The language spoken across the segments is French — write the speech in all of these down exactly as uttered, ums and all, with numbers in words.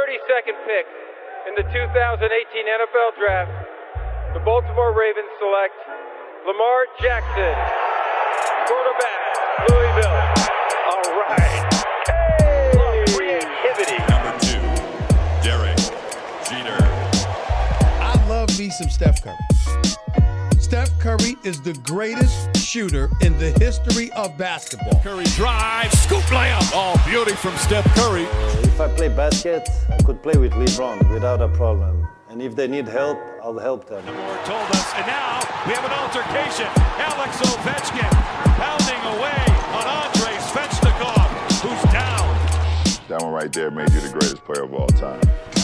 thirty-second pick in the two thousand eighteen N F L Draft, the Baltimore Ravens select Lamar Jackson, quarterback, Louisville. All right. Hey! Creativity. Number two, Derek Jeter. I love me some Steph Curry. Steph Curry is the greatest shooter in the history of basketball. Curry drive, scoop layup. Oh, beauty from Steph Curry. If I play basket, I could play with LeBron without a problem. And if they need help, I'll help them. Moore told us, and now we have an altercation. Alex Ovechkin pounding away on Andrei Svechnikov, who's down. That one right there made you the greatest player of all time.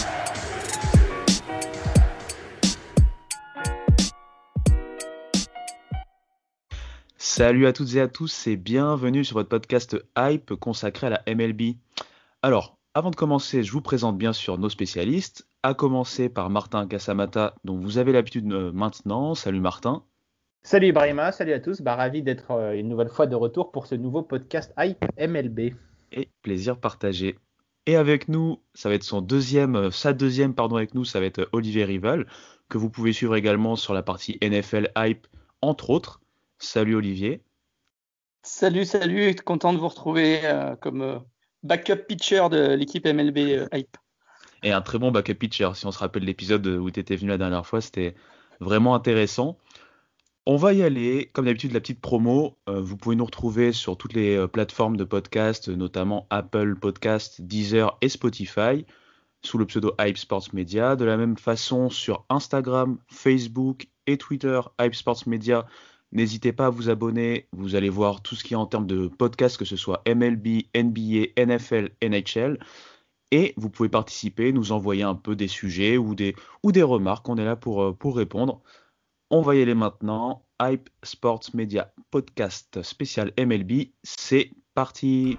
Salut à toutes et à tous et bienvenue sur votre podcast Hype consacré à la M L B. Alors, avant de commencer, je vous présente bien sûr nos spécialistes, à commencer par Martin Casamata, dont vous avez l'habitude maintenant. Salut Martin. Salut Ibrahima, salut à tous, bah, ravi d'être euh, une nouvelle fois de retour pour ce nouveau podcast Hype M L B. Et plaisir partagé. Et avec nous, ça va être son deuxième, sa deuxième pardon avec nous, ça va être Olivier Rival, que vous pouvez suivre également sur la partie N F L Hype, entre autres. Salut Olivier. Salut, salut, content de vous retrouver euh, comme euh, backup pitcher de l'équipe M L B euh, Hype. Et un très bon backup pitcher, si on se rappelle l'épisode où tu étais venu la dernière fois, c'était vraiment intéressant. On va y aller, comme d'habitude, la petite promo. Euh, vous pouvez nous retrouver sur toutes les euh, plateformes de podcast, notamment Apple Podcast, Deezer et Spotify, sous le pseudo Hype Sports Media. De la même façon, sur Instagram, Facebook et Twitter, Hype Sports Media. N'hésitez pas à vous abonner, vous allez voir tout ce qu'il y a en termes de podcasts, que ce soit M L B, N B A, N F L, N H L. Et vous pouvez participer, nous envoyer un peu des sujets ou des, ou des remarques, on est là pour, pour répondre. On va y aller maintenant, Hype Sports Media Podcast spécial M L B, c'est parti.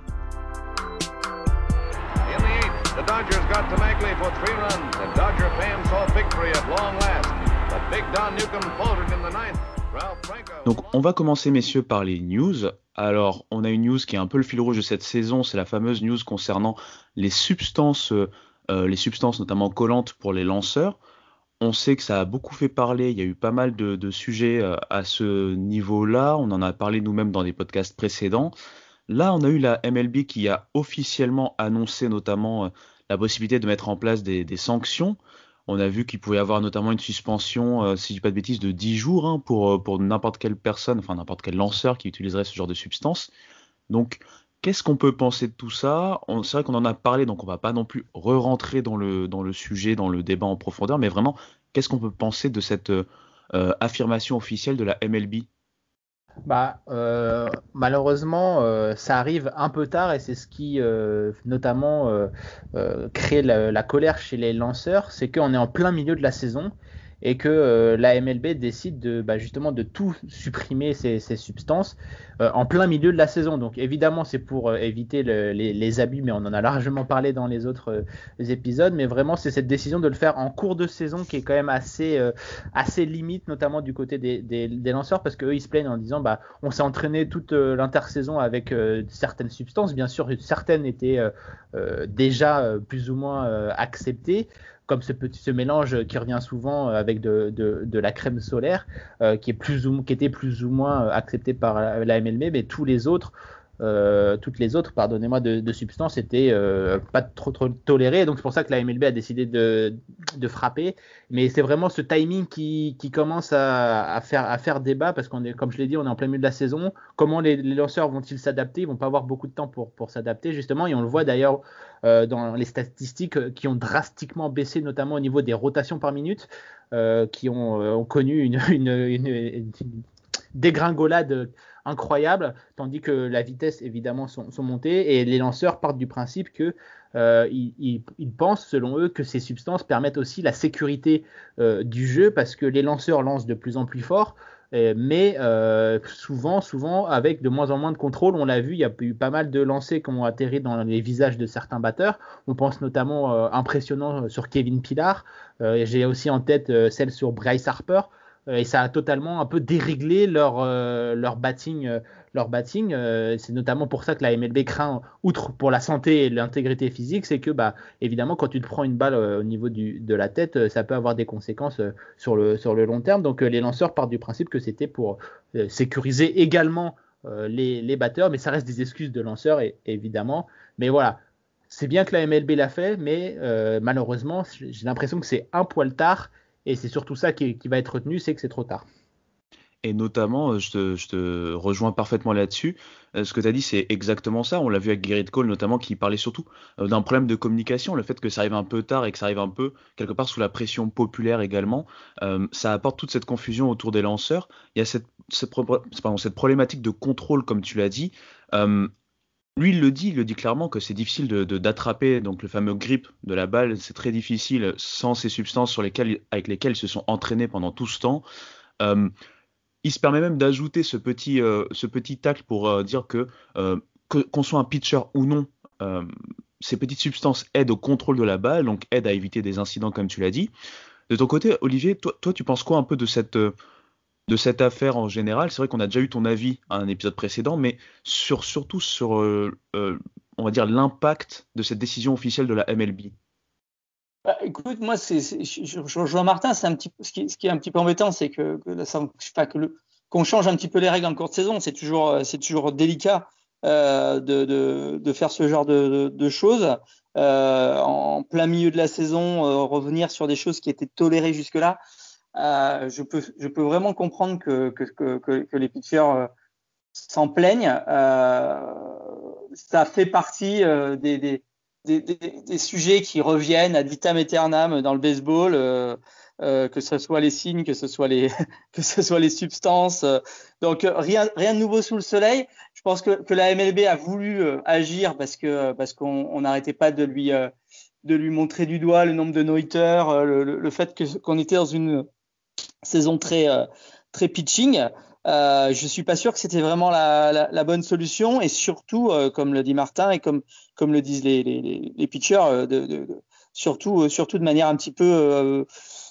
In the eighth, the Dodgers got to Magley for three runs, and Dodger fans saw victory at long last. But Big Don Newcomb faltered in the ninth. Donc on va commencer messieurs par les news. Alors on a une news qui est un peu le fil rouge de cette saison, c'est la fameuse news concernant les substances, euh, les substances notamment collantes pour les lanceurs. On sait que ça a beaucoup fait parler, il y a eu pas mal de, de sujets euh, à ce niveau-là, on en a parlé nous-mêmes dans des podcasts précédents. Là on a eu la M L B qui a officiellement annoncé notamment euh, la possibilité de mettre en place des, des sanctions. On a vu qu'il pouvait y avoir notamment une suspension, euh, si je dis pas de bêtises, de dix jours hein, pour, pour n'importe quelle personne, enfin n'importe quel lanceur qui utiliserait ce genre de substance. Donc, qu'est-ce qu'on peut penser de tout ça ? on, C'est vrai qu'on en a parlé, donc on va pas non plus re-rentrer dans le, dans le sujet, dans le débat en profondeur, mais vraiment, qu'est-ce qu'on peut penser de cette euh, affirmation officielle de la M L B ? Bah, euh, malheureusement, euh, ça arrive un peu tard et c'est ce qui, euh, notamment, euh, euh, crée la, la colère chez les lanceurs, c'est qu'on est en plein milieu de la saison et que euh, la M L B décide de, bah, justement de tout supprimer ces, ces substances euh, en plein milieu de la saison. Donc évidemment, c'est pour euh, éviter le, les, les abus, mais on en a largement parlé dans les autres euh, épisodes. Mais vraiment, c'est cette décision de le faire en cours de saison qui est quand même assez, euh, assez limite, notamment du côté des, des, des lanceurs, parce qu'eux, ils se plaignent en disant bah, on s'est entraîné toute euh, l'intersaison avec euh, certaines substances. Bien sûr, certaines étaient euh, euh, déjà euh, plus ou moins euh, acceptées, comme ce petit ce mélange qui revient souvent avec de, de, de la crème solaire, euh, qui, est plus ou, qui était plus ou moins accepté par la, la M L B, mais tous les autres, euh, toutes les autres, pardonnez-moi, de, de substances étaient euh, pas trop, trop tolérées. Donc c'est pour ça que la M L B a décidé de, de frapper. Mais c'est vraiment ce timing qui, qui commence à, à, faire, à faire débat, parce qu'on est, comme je l'ai dit, on est en plein milieu de la saison. Comment les, les lanceurs vont-ils s'adapter ? Ils vont pas avoir beaucoup de temps pour, pour s'adapter, justement. Et on le voit d'ailleurs euh, dans les statistiques qui ont drastiquement baissé, notamment au niveau des rotations par minute, euh, qui ont, euh, ont connu une, une, une, une dégringolade incroyable, tandis que la vitesse évidemment sont, sont montées et les lanceurs partent du principe que euh, ils, ils, ils pensent selon eux que ces substances permettent aussi la sécurité euh, du jeu, parce que les lanceurs lancent de plus en plus fort, euh, mais euh, souvent souvent avec de moins en moins de contrôle. On l'a vu, il y a eu pas mal de lancers qui ont atterri dans les visages de certains batteurs. On pense notamment euh, impressionnant sur Kevin Pillar, euh, j'ai aussi en tête euh, celle sur Bryce Harper. euh, et ça a totalement un peu déréglé leur, euh, leur batting. Euh, leur batting euh, c'est notamment pour ça que la M L B craint, outre pour la santé et l'intégrité physique, c'est que bah, évidemment quand tu te prends une balle euh, au niveau du, de la tête, euh, ça peut avoir des conséquences euh, sur, le, sur le long terme. Donc euh, les lanceurs partent du principe que c'était pour euh, sécuriser également euh, les, les batteurs, mais ça reste des excuses de lanceurs et, évidemment. Mais voilà, c'est bien que la M L B l'a fait, mais euh, malheureusement j'ai l'impression que c'est un poil tard, et c'est surtout ça qui, qui va être retenu, c'est que c'est trop tard. Et notamment, je te, je te rejoins parfaitement là-dessus. Euh, ce que tu as dit, c'est exactement ça. On l'a vu avec Gerrit Cole, notamment, qui parlait surtout euh, d'un problème de communication. Le fait que ça arrive un peu tard et que ça arrive un peu, quelque part, sous la pression populaire également, euh, ça apporte toute cette confusion autour des lanceurs. Il y a cette, cette, pardon, cette problématique de contrôle, comme tu l'as dit. Euh, lui, il le dit, il le dit clairement que c'est difficile de, de, d'attraper donc le fameux grip de la balle. C'est très difficile sans ces substances sur lesquelles, avec lesquelles ils se sont entraînés pendant tout ce temps. Euh, Il se permet même d'ajouter ce petit, euh, ce petit tacle pour euh, dire que, euh, que qu'on soit un pitcher ou non, euh, ces petites substances aident au contrôle de la balle, donc aident à éviter des incidents comme tu l'as dit. De ton côté, Olivier, toi, toi tu penses quoi un peu de cette, de cette affaire en général? C'est vrai qu'on a déjà eu ton avis à un épisode précédent, mais sur, surtout sur, euh, euh, on va dire, l'impact de cette décision officielle de la M L B. Bah, écoute, moi, c'est, c'est, je, je rejoins Martin. C'est un petit, ce qui, ce qui est un petit peu embêtant, c'est que, que, ça, enfin, que le, qu'on change un petit peu les règles en cours de saison. C'est toujours, c'est toujours délicat euh, de, de, de faire ce genre de, de, de choses euh, en plein milieu de la saison, euh, revenir sur des choses qui étaient tolérées jusque-là. Euh, je peux, je peux vraiment comprendre que, que, que, que, que les pitchers euh, s'en plaignent. Euh, ça fait partie euh, des, des Des, des, des sujets qui reviennent ad vitam aeternam dans le baseball, euh, euh, que ce soit les signes, que ce soit les, que ce soit les substances. Euh, donc rien, rien de nouveau sous le soleil. Je pense que, que la M L B a voulu euh, agir parce que parce qu'on n'arrêtait pas de lui euh, de lui montrer du doigt le nombre de no-hitters, euh, le, le, le fait que qu'on était dans une saison très euh, très pitching. Euh, je suis pas sûr que c'était vraiment la, la, la bonne solution, et surtout, euh, comme le dit Martin et comme comme le disent les les, les pitchers, euh, de, de, de, surtout euh, surtout de manière un petit peu euh,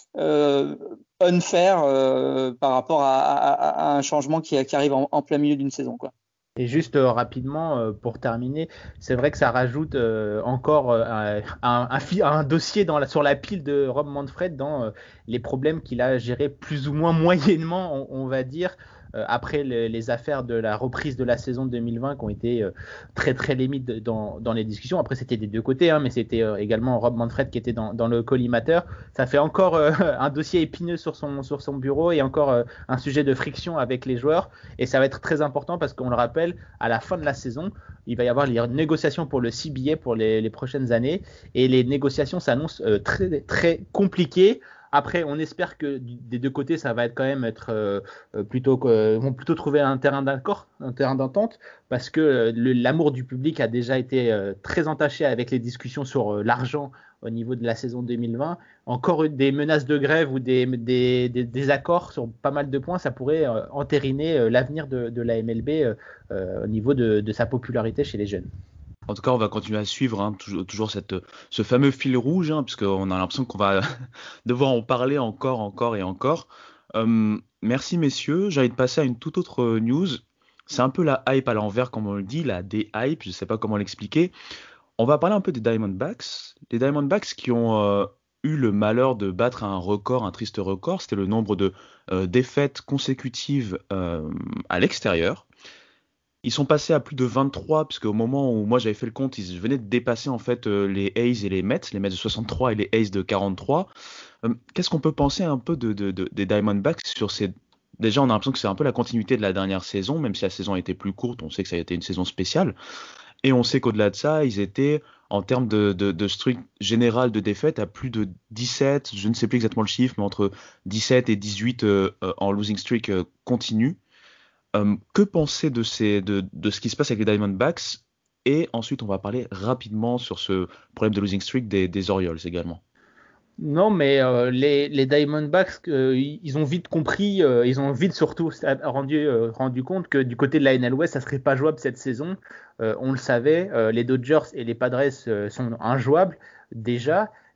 euh, unfair euh, par rapport à, à, à un changement qui, qui arrive en, en plein milieu d'une saison, quoi. Et juste euh, rapidement, euh, pour terminer, c'est vrai que ça rajoute euh, encore euh, un, un, un, un dossier dans la, sur la pile de Rob Manfred dans euh, les problèmes qu'il a gérés plus ou moins moyennement, on, on va dire, euh, après les, les affaires de la reprise de la saison deux mille vingt qui ont été euh, très très limites dans, dans les discussions. Après, c'était des deux côtés, hein, mais c'était euh, également Rob Manfred qui était dans, dans le collimateur. Ça fait encore euh, un dossier épineux sur son, sur son bureau, et encore euh, un sujet de friction avec les joueurs. Et ça va être très important parce qu'on le rappelle, à la fin de la saison, il va y avoir les négociations pour le C B A pour les, les prochaines années, et les négociations s'annoncent euh, très très compliquées. Après, on espère que des deux côtés, ça va être quand même être euh, plutôt euh, vont plutôt trouver un terrain d'accord, un terrain d'entente, parce que le, l'amour du public a déjà été euh, très entaché avec les discussions sur euh, l'argent au niveau de la saison deux mille vingt. Encore des menaces de grève ou des, des, des, des accords sur pas mal de points, ça pourrait euh, entériner euh, l'avenir de, de la M L B euh, euh, au niveau de, de sa popularité chez les jeunes. En tout cas, on va continuer à suivre hein, toujours, toujours cette, ce fameux fil rouge, hein, puisqu'on a l'impression qu'on va devoir en parler encore, encore et encore. Euh, merci messieurs, j'ai envie de passer à une toute autre news. C'est un peu la hype à l'envers, comme on le dit, la dé-hype, je ne sais pas comment l'expliquer. On va parler un peu des Diamondbacks. Les Diamondbacks qui ont euh, eu le malheur de battre un record, un triste record, c'était le nombre de euh, défaites consécutives euh, à l'extérieur. Ils sont passés à plus de vingt-trois, puisque au moment où moi j'avais fait le compte, ils venaient de dépasser en fait euh, les A's et les Mets, les Mets de soixante-trois et les A's de quarante-trois. Euh, qu'est-ce qu'on peut penser un peu de, de, de, des Diamondbacks sur ces... Déjà, on a l'impression que c'est un peu la continuité de la dernière saison, même si la saison a été plus courte, on sait que ça a été une saison spéciale. Et on sait qu'au-delà de ça, ils étaient, en termes de, de, de streak général de défaites, à plus de dix-sept, je ne sais plus exactement le chiffre, mais entre dix-sept et dix-huit euh, euh, en losing streak euh, continu. Um, que penser de, ces, de, de ce qui se passe avec les Diamondbacks? Et ensuite, on va parler rapidement sur ce problème de losing streak des, des Orioles également. Non, mais euh, les, les Diamondbacks, euh, ils ont vite compris, euh, ils ont vite surtout rendu, euh, rendu compte que du côté de la N L West, ça serait pas jouable cette saison. Euh, on le savait, euh, les Dodgers et les Padres euh, sont injouables déjà.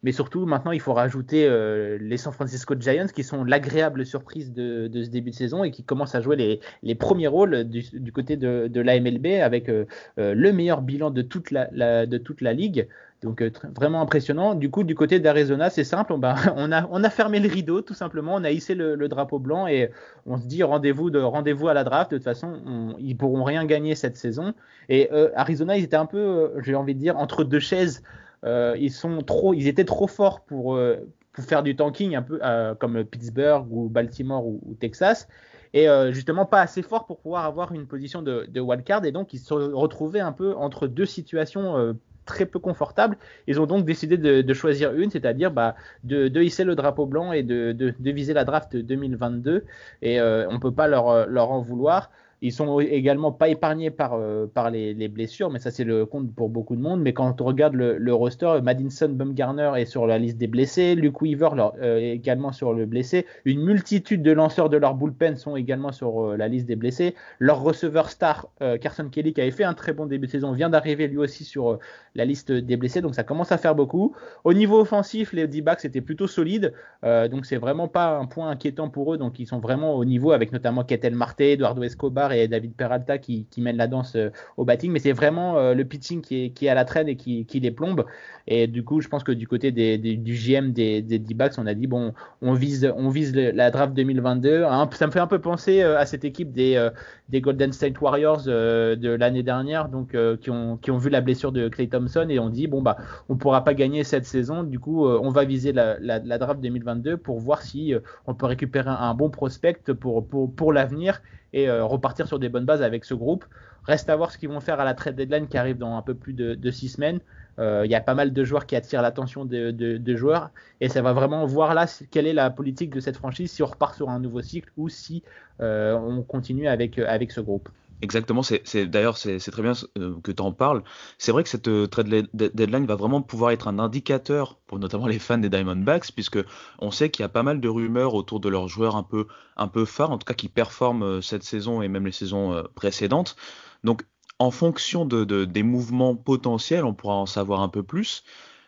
mais surtout maintenant il faut rajouter euh, les San Francisco Giants qui sont l'agréable surprise de, de ce début de saison et qui commencent à jouer les, les premiers rôles du, du côté de, de l'A M L B avec euh, euh, le meilleur bilan de toute la, la, de toute la ligue. Donc euh, tr- vraiment impressionnant. Du coup, du côté d'Arizona, c'est simple, on, bah, on, a, on a fermé le rideau tout simplement, on a hissé le, le drapeau blanc et on se dit rendez-vous, de, rendez-vous à la draft. De toute façon, on, ils pourront rien gagner cette saison. Et euh, Arizona, ils étaient un peu, euh, j'ai envie de dire, entre deux chaises. Euh, ils, sont trop, ils étaient trop forts pour, euh, pour faire du tanking, un peu euh, comme Pittsburgh ou Baltimore ou, ou Texas. Et euh, justement pas assez forts pour pouvoir avoir une position de, de wildcard. Et donc, ils se sont retrouvés un peu entre deux situations euh, très peu confortable. Ils ont donc décidé de, de choisir une, c'est-à-dire bah, de, de hisser le drapeau blanc et de, de, de viser la draft deux mille vingt-deux. Et euh, on ne peut pas leur, leur en vouloir. Ils sont également pas épargnés par, euh, par les, les blessures, mais ça c'est le compte pour beaucoup de monde. Mais quand on regarde le, le roster, Madison Bumgarner est sur la liste des blessés, Luke Weaver leur, euh, est également sur le blessé. Une multitude de lanceurs de leur bullpen sont également sur euh, la liste des blessés. Leur receveur star, euh, Carson Kelly, qui avait fait un très bon début de saison, vient d'arriver lui aussi sur euh, la liste des blessés, donc ça commence à faire beaucoup. Au niveau offensif, les D-backs étaient plutôt solides, euh, donc c'est vraiment pas un point inquiétant pour eux, donc ils sont vraiment au niveau avec notamment Ketel Marte, Eduardo Escobar et David Peralta qui, qui mènent la danse euh, au batting, mais c'est vraiment euh, le pitching qui est, qui est à la traîne et qui, qui les plombe. Et du coup, je pense que du côté des, des, du G M des, des D-backs, on a dit bon, on vise, on vise le, la draft deux mille vingt-deux. Hein, ça me fait un peu penser euh, à cette équipe des, euh, des Golden State Warriors euh, de l'année dernière, donc euh, qui ont, qui ont vu la blessure de Klay Thompson et on dit bon bah, on pourra pas gagner cette saison. Du coup, euh, on va viser la, la, la draft deux mille vingt-deux pour voir si euh, on peut récupérer un, un bon prospect pour pour pour l'avenir et euh, repartir sur des bonnes bases avec ce groupe. Reste à voir ce qu'ils vont faire à la trade deadline qui arrive dans un peu plus de, de six semaines. Il euh, y a pas mal de joueurs qui attirent l'attention de, de, de joueurs et ça va vraiment voir là quelle est la politique de cette franchise, si on repart sur un nouveau cycle ou si euh, on continue avec, avec ce groupe. Exactement, c'est, c'est d'ailleurs c'est, c'est très bien euh, que tu en parles. C'est vrai que cette euh, trade le- de- deadline va vraiment pouvoir être un indicateur pour notamment les fans des Diamondbacks, puisque on sait qu'il y a pas mal de rumeurs autour de leurs joueurs un peu un peu phares, en tout cas qui performent euh, cette saison et même les saisons euh, précédentes. Donc en fonction de, de- des mouvements potentiels, on pourra en savoir un peu plus.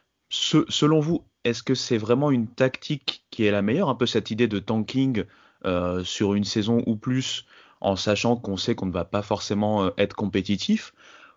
Ce- selon vous, est-ce que c'est vraiment une tactique qui est la meilleure, un peu cette idée de tanking euh, sur une saison ou plus, en sachant qu'on sait qu'on ne va pas forcément euh, être compétitif?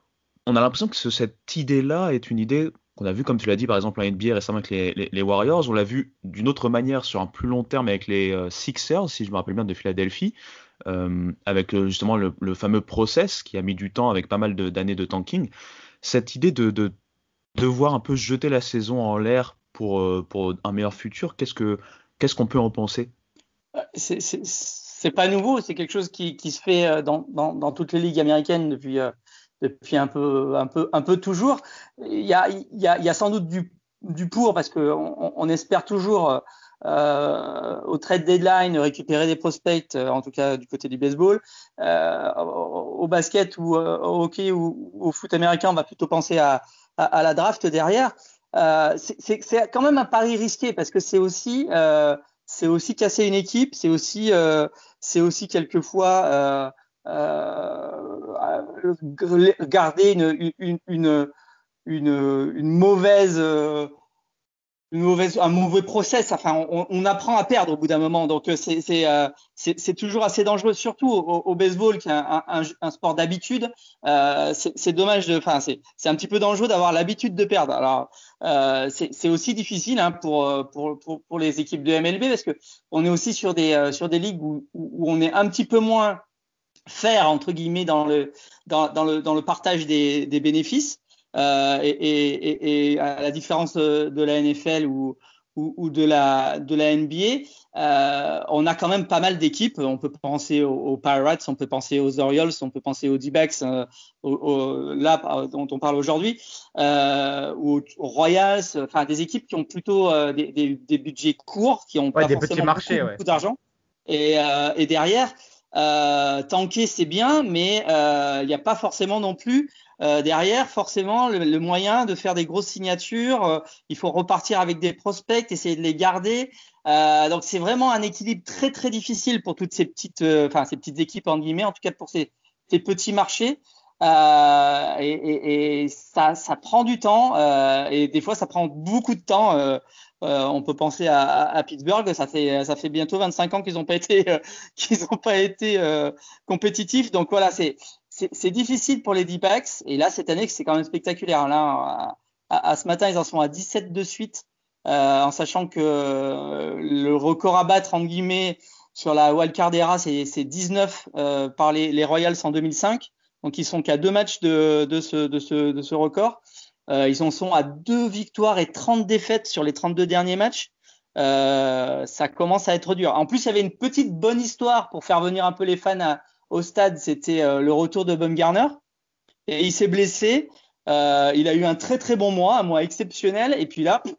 On a l'impression que ce- cette idée-là est une idée qu'on a vue, comme tu l'as dit, par exemple en N B A récemment avec les, les- les Warriors. On l'a vu d'une autre manière sur un plus long terme avec les euh, Sixers, si je me rappelle bien, de Philadelphie, euh, avec euh, justement le, le fameux process qui a mis du temps avec pas mal de- d'années de tanking. Cette idée de, de devoir un peu jeter la saison en l'air pour, euh, pour un meilleur futur, qu'est-ce que, qu'est-ce qu'on peut en penser? C'est, c'est, c'est pas nouveau, c'est quelque chose qui, qui se fait euh, dans, dans, dans toutes les ligues américaines depuis, euh, depuis un peu, un peu, un peu toujours. Il y a, il y a, il y a sans doute du, du pour parce qu'on on espère toujours euh, au trade deadline récupérer des prospects, euh, en tout cas du côté du baseball. Euh, au, au basket ou euh, au hockey ou au foot américain, on va plutôt penser à, à, à la draft derrière. Euh, c'est, c'est, c'est quand même un pari risqué parce que c'est aussi euh, c'est aussi casser une équipe, c'est aussi, euh, c'est aussi quelquefois euh, euh, garder une, une, une, une, une mauvaise, euh, une mauvaise, un mauvais process. Enfin, on, on apprend à perdre au bout d'un moment. Donc, c'est, c'est, euh, c'est, c'est toujours assez dangereux, surtout au, au baseball, qui est un, un, un sport d'habitude. Euh, c'est, c'est dommage de, enfin, c'est, c'est un petit peu dangereux d'avoir l'habitude de perdre. Alors, euh, c'est, c'est aussi difficile hein, pour, pour, pour, pour les équipes de M L B parce que on est aussi sur des, euh, sur des ligues où, où on est un petit peu moins fair entre guillemets dans le, dans, dans le, dans le partage des, des bénéfices. Euh, et, et, et à la différence de, de la N F L ou, ou, ou de la, de la N B A, euh, on a quand même pas mal d'équipes. On peut penser aux, aux Pirates, on peut penser aux Orioles, on peut penser aux D-backs, euh, aux, aux, là dont on parle aujourd'hui, euh, ou aux Royals. Enfin, des équipes qui ont plutôt euh, des, des, des budgets courts, qui ont ouais, pas des forcément petits marchés, beaucoup, ouais. beaucoup d'argent. Et, euh, et derrière, euh, tanker c'est bien, mais il euh, n'y a pas forcément non plus euh, derrière forcément le, le moyen de faire des grosses signatures. Euh, il faut repartir avec des prospects, essayer de les garder. Euh, donc c'est vraiment un équilibre très très difficile pour toutes ces petites, enfin euh, ces petites équipes en guillemets, en tout cas pour ces, ces petits marchés. Euh, et, et, et ça, ça prend du temps euh, et des fois ça prend beaucoup de temps. Euh, euh, on peut penser à, à, à Pittsburgh, ça fait ça fait bientôt vingt-cinq ans qu'ils n'ont pas été euh, qu'ils ont pas été euh, compétitifs. Donc voilà, c'est, c'est c'est difficile pour les D-backs. Et là cette année c'est quand même spectaculaire. Là, à, à ce matin ils en sont à dix-sept de suite, euh, en sachant que euh, le record à battre entre guillemets sur la wildcard era c'est, c'est dix-neuf euh, par les, les Royals en deux mille cinq. Donc ils sont qu'à deux matchs de, de, ce, de, ce, de ce record. Euh, ils en sont à deux victoires et trente défaites sur les trente-deux derniers matchs. Euh, ça commence à être dur. En plus, il y avait une petite bonne histoire pour faire venir un peu les fans à, au stade. C'était euh, le retour de Bumgarner. Et il s'est blessé. Euh, il a eu un très très bon mois, un mois exceptionnel. Et puis là,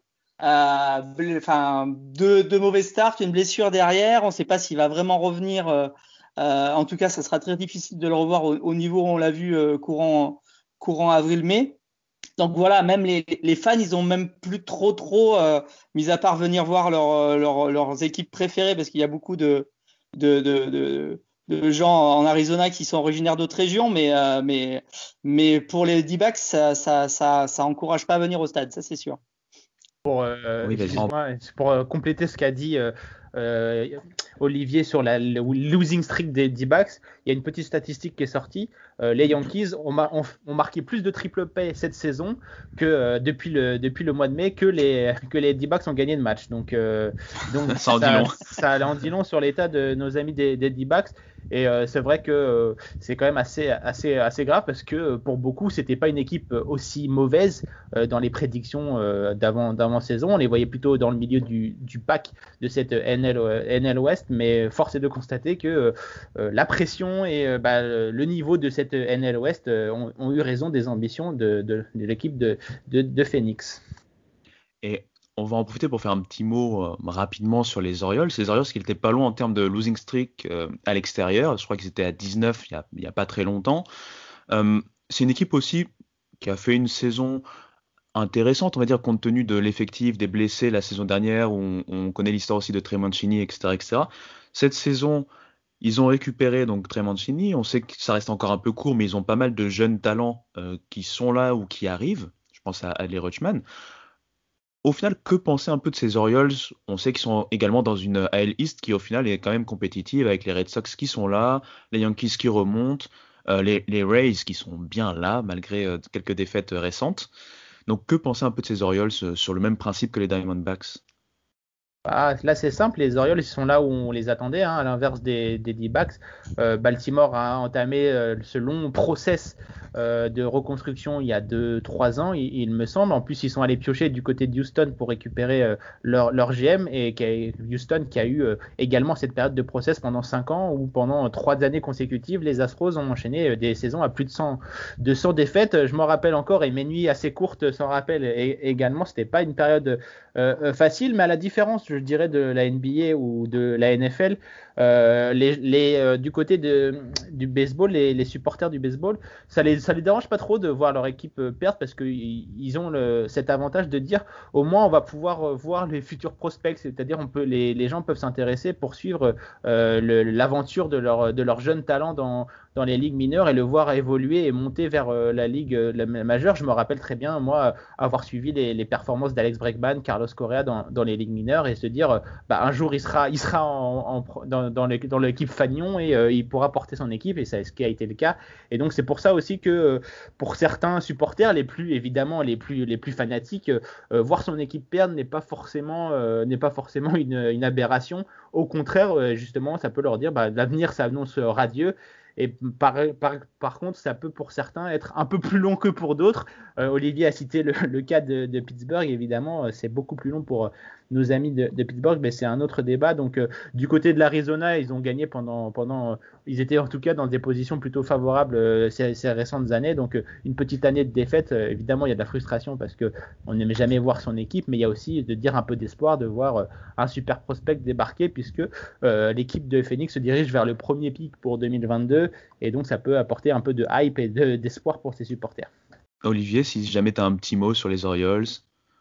euh, enfin, deux, deux mauvais starts, une blessure derrière. On ne sait pas s'il va vraiment revenir. Euh, Euh, en tout cas, ça sera très difficile de le revoir au, au niveau où on l'a vu euh, courant, courant avril-mai. Donc voilà, même les, les fans, ils ont même plus trop, trop, euh, mis à part venir voir leur, leur, leurs équipes préférées, parce qu'il y a beaucoup de, de, de, de, de gens en Arizona qui sont originaires d'autres régions, mais, euh, mais, mais pour les D-backs, ça, ça, ça, ça encourage pas à venir au stade, ça c'est sûr. Pour, euh, oui, pour euh, compléter ce qu'a dit euh, euh, Olivier sur la le losing streak des D-backs, il y a une petite statistique qui est sortie. Euh, les Yankees ont, mar- ont, ont marqué plus de triple play cette saison que euh, depuis le depuis le mois de mai que les que les D-backs ont gagné de match. Donc, euh, donc ça en dit long. Ça en dit long sur l'état de nos amis des, des D-backs. Et euh, c'est vrai que euh, c'est quand même assez assez assez grave parce que euh, pour beaucoup c'était pas une équipe aussi mauvaise euh, dans les prédictions euh, d'avant d'avant saison. On les voyait plutôt dans le milieu du du pack de cette N L N L West, mais force est de constater que euh, la pression et euh, bah, le niveau de cette N L West euh, ont, ont eu raison des ambitions de, de, de l'équipe de, de, de Phoenix. Et on va en profiter pour faire un petit mot euh, rapidement sur les Orioles. Les Orioles qui étaient pas loin en termes de losing streak euh, à l'extérieur. Je crois qu'ils étaient à dix-neuf il y a, il y a pas très longtemps. Euh, c'est une équipe aussi qui a fait une saison intéressante, on va dire, compte tenu de l'effectif, des blessés la saison dernière, où on, on connaît l'histoire aussi de Trey Mancini, et cetera, et cetera. Cette saison, ils ont récupéré donc Trey Mancini. On sait que ça reste encore un peu court, mais ils ont pas mal de jeunes talents euh, qui sont là ou qui arrivent. Je pense à Adley Rutschman. Au final, que penser un peu de ces Orioles? On sait qu'ils sont également dans une A L East qui, au final, est quand même compétitive avec les Red Sox qui sont là, les Yankees qui remontent, euh, les, les Rays qui sont bien là, malgré euh, quelques défaites euh, récentes. Donc, que penser un peu de ces Orioles euh, sur le même principe que les Diamondbacks? Ah, là, c'est simple, les Orioles ils sont là où on les attendait, hein, à l'inverse des, des D-backs. Euh, Baltimore a entamé euh, ce long process euh, de reconstruction il y a deux trois ans, il, il me semble. En plus, ils sont allés piocher du côté de Houston pour récupérer euh, leur, leur G M, et qui a, Houston qui a eu euh, également cette période de process pendant cinq ans, où pendant trois années consécutives, les Astros ont enchaîné des saisons à plus de cent, de cent défaites. Je m'en rappelle encore, et mes nuits assez courtes s'en rappellent également. C'était pas une période euh, facile, mais à la différence, je dirais, de la N B A ou de la N F L, euh, les, les, euh, du côté de, du baseball, les, les supporters du baseball, ça les, ça les dérange pas trop de voir leur équipe perdre, parce qu'ils ils ont le, cet avantage de dire au moins on va pouvoir voir les futurs prospects, c'est-à-dire on peut, les, les gens peuvent s'intéresser pour suivre euh, le, l'aventure de leur, de leur jeune talent dans, dans les ligues mineures et le voir évoluer et monter vers euh, la ligue euh, la majeure. Je me rappelle très bien, moi, avoir suivi les, les performances d'Alex Bregman, Carlos Correa dans, dans les ligues mineures, et se dire bah, un jour il sera, il sera en, en, dans, dans, le, dans l'équipe Fagnon, et euh, il pourra porter son équipe, et c'est ce qui a été le cas. Et donc c'est pour ça aussi que euh, pour certains supporters, les plus évidemment les plus, les plus fanatiques, euh, voir son équipe perdre n'est pas forcément, euh, n'est pas forcément une, une aberration. Au contraire, euh, justement, ça peut leur dire bah, l'avenir s'annonce radieux. Et par, par, par contre, ça peut pour certains être un peu plus long que pour d'autres. Euh, Olivier a cité le, le cas de, de Pittsburgh. Évidemment, c'est beaucoup plus long pour euh, nos amis de, de Pittsburgh, mais c'est un autre débat. Donc, euh, du côté de l'Arizona, ils ont gagné pendant, pendant, euh, ils étaient en tout cas dans des positions plutôt favorables euh, ces, ces récentes années. Donc, euh, une petite année de défaite, euh, évidemment, il y a de la frustration parce que on n'aime jamais voir son équipe, mais il y a aussi de dire un peu d'espoir de voir euh, un super prospect débarquer, puisque euh, l'équipe de Phoenix se dirige vers le premier pick pour deux mille vingt-deux. Et donc, ça peut apporter un peu de hype et de, d'espoir pour ses supporters. Olivier, si jamais tu as un petit mot sur les Orioles.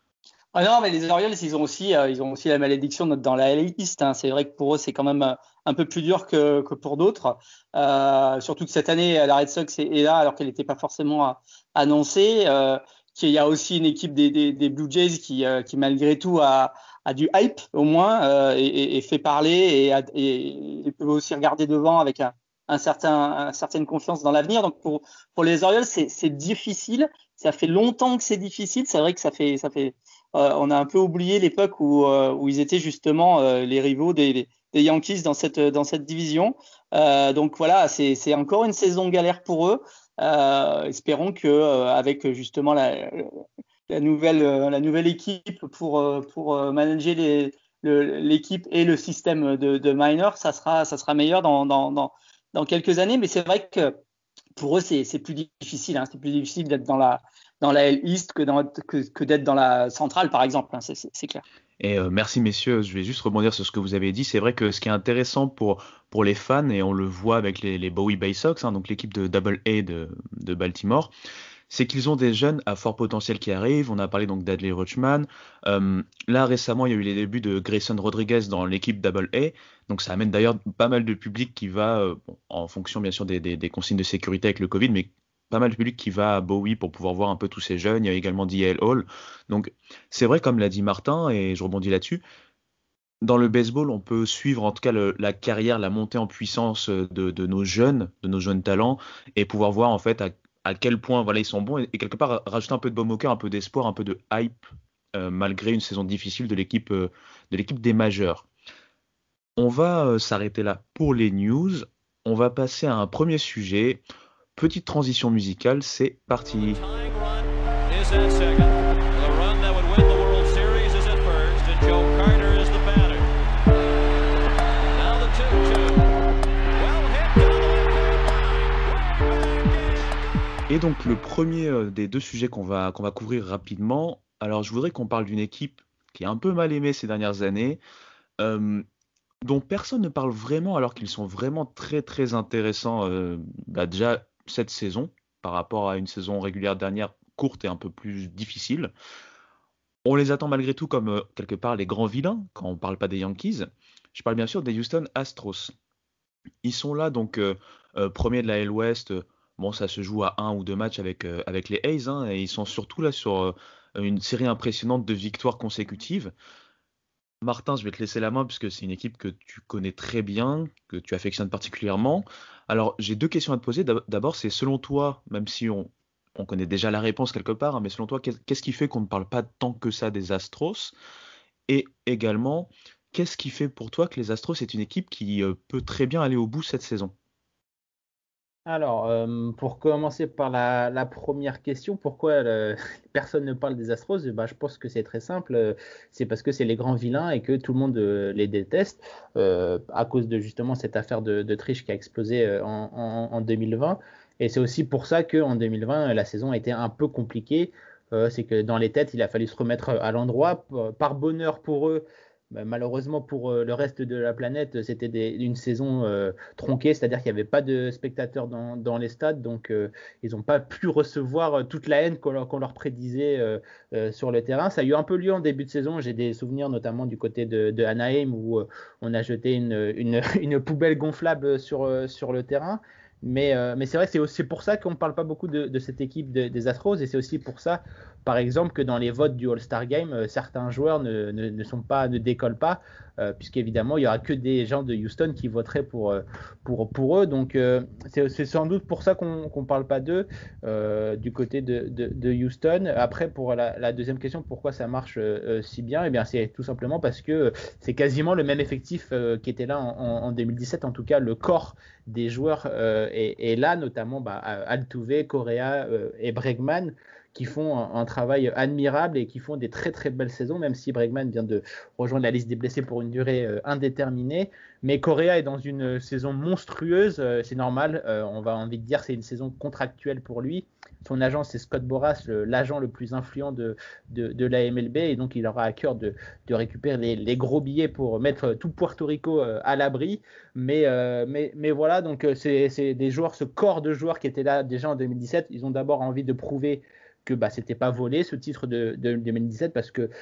Ah non, mais les Orioles, ils ont aussi, euh, ils ont aussi la malédiction dans la L East. Hein. C'est vrai que pour eux, c'est quand même euh, un peu plus dur que, que pour d'autres. Euh, surtout que cette année, la Red Sox est, est là alors qu'elle n'était pas forcément euh, annoncée. Euh, qu'il y a aussi une équipe des, des, des Blue Jays qui, euh, qui malgré tout a, a du hype au moins euh, et, et, et fait parler et, a, et, et peut aussi regarder devant avec un, un certain, une certaine confiance dans l'avenir. Donc pour, pour les Orioles, c'est, c'est difficile. Ça fait longtemps que c'est difficile. C'est vrai que ça fait, ça fait. Euh, on a un peu oublié l'époque où, euh, où ils étaient justement euh, les rivaux des, des Yankees dans cette, dans cette division. Euh, donc voilà, c'est, c'est encore une saison galère pour eux. Euh, espérons que euh, avec justement la, la nouvelle, euh, la nouvelle équipe pour, euh, pour euh, manager les, le, l'équipe et le système de, de minor, ça sera, ça sera meilleur dans, dans, dans, dans quelques années. Mais c'est vrai que pour eux, c'est, c'est plus difficile. Hein, c'est plus difficile d'être dans la dans la L East que, dans, que, que d'être dans la centrale, par exemple. Hein, c'est, c'est, c'est clair. Et euh, merci messieurs, je vais juste rebondir sur ce que vous avez dit. C'est vrai que ce qui est intéressant pour, pour les fans, et on le voit avec les, les Bowie Bay Sox, hein, donc l'équipe de Double A de, de Baltimore, c'est qu'ils ont des jeunes à fort potentiel qui arrivent. On a parlé donc d'Adley Rutschman. Euh, là récemment, il y a eu les débuts de Grayson Rodriguez dans l'équipe Double A. Donc ça amène d'ailleurs pas mal de public qui va, euh, bon, en fonction bien sûr des, des, des consignes de sécurité avec le Covid, mais pas mal de public qui va à Bowie pour pouvoir voir un peu tous ces jeunes. Il y a également D L Hall. Donc c'est vrai, comme l'a dit Martin, et je rebondis là-dessus, dans le baseball, on peut suivre en tout cas le, la carrière, la montée en puissance de, de nos jeunes, de nos jeunes talents, et pouvoir voir en fait à, à quel point voilà, ils sont bons, et, et quelque part rajouter un peu de baume au cœur, un peu d'espoir, un peu de hype, euh, malgré une saison difficile de l'équipe, euh, de l'équipe des majeurs. On va euh, s'arrêter là pour les news. On va passer à un premier sujet. Petite transition musicale, c'est parti. Et donc le premier des deux sujets qu'on va, qu'on va couvrir rapidement, alors je voudrais qu'on parle d'une équipe qui est un peu mal aimée ces dernières années, euh, dont personne ne parle vraiment alors qu'ils sont vraiment très très intéressants euh, bah déjà cette saison par rapport à une saison régulière dernière courte et un peu plus difficile. On les attend malgré tout comme euh, quelque part les grands vilains quand on ne parle pas des Yankees. Je parle bien sûr des Houston Astros. Ils sont là donc euh, euh, premiers de la L West. Bon, ça se joue à un ou deux matchs avec, euh, avec les A's hein, et ils sont surtout là sur euh, une série impressionnante de victoires consécutives. Martin, je vais te laisser la main puisque c'est une équipe que tu connais très bien, que tu affectionnes particulièrement. Alors, j'ai deux questions à te poser. D'abord, c'est selon toi, même si on, on connaît déjà la réponse quelque part, hein, mais selon toi, qu'est-ce qui fait qu'on ne parle pas tant que ça des Astros? Et également, qu'est-ce qui fait pour toi que les Astros, c'est une équipe qui euh, peut très bien aller au bout cette saison? Alors, euh, pour commencer par la, la première question, pourquoi le, personne ne parle des Astros? Bah, je pense que c'est très simple, c'est parce que c'est les grands vilains et que tout le monde euh, les déteste euh, à cause de justement cette affaire de, de triche qui a explosé euh, en, en, en deux mille vingt. Et c'est aussi pour ça qu'en deux mille vingt, la saison a été un peu compliquée. Euh, c'est que dans les têtes, il a fallu se remettre à l'endroit. Par bonheur pour eux, bah, malheureusement pour euh, le reste de la planète, c'était des, une saison euh, tronquée, c'est-à-dire qu'il n'y avait pas de spectateurs dans, dans les stades, donc euh, ils n'ont pas pu recevoir euh, toute la haine qu'on leur, qu'on leur prédisait euh, euh, sur le terrain. Ça a eu un peu lieu en début de saison, j'ai des souvenirs notamment du côté de, de Anaheim où euh, on a jeté une, une, une poubelle gonflable sur, euh, sur le terrain. Mais, euh, mais c'est vrai que c'est aussi pour ça qu'on ne parle pas beaucoup de, de cette équipe de, des Astros, et c'est aussi pour ça, par exemple, que dans les votes du All-Star Game, euh, certains joueurs ne, ne, ne, sont pas, ne décollent pas, euh, puisqu'évidemment, il n'y aura que des gens de Houston qui voteraient pour, pour, pour eux. Donc, euh, c'est, c'est sans doute pour ça qu'on ne parle pas d'eux euh, du côté de, de, de Houston. Après, pour la, la deuxième question, pourquoi ça marche euh, si bien? Eh bien, c'est tout simplement parce que c'est quasiment le même effectif euh, qui était là en, en, en deux mille dix-sept, en tout cas, le corps des joueurs euh, et, et là notamment bah, Altuve, Correa euh, et Bregman qui font un, un travail admirable et qui font des très très belles saisons, même si Bregman vient de rejoindre la liste des blessés pour une durée euh, indéterminée. Mais Correa est dans une saison monstrueuse, euh, c'est normal, euh, on va envie de dire c'est une saison contractuelle pour lui. Son agent, c'est Scott Boras, le, l'agent le plus influent de, de, de la M L B, et donc il aura à cœur de, de récupérer les, les gros billets pour mettre tout Puerto Rico euh, à l'abri. Mais, euh, mais, mais voilà, donc c'est, c'est des joueurs, ce corps de joueurs qui étaient là déjà en deux mille dix-sept, ils ont d'abord envie de prouver que bah, c'était pas volé ce titre de, de deux mille dix-sept, parce que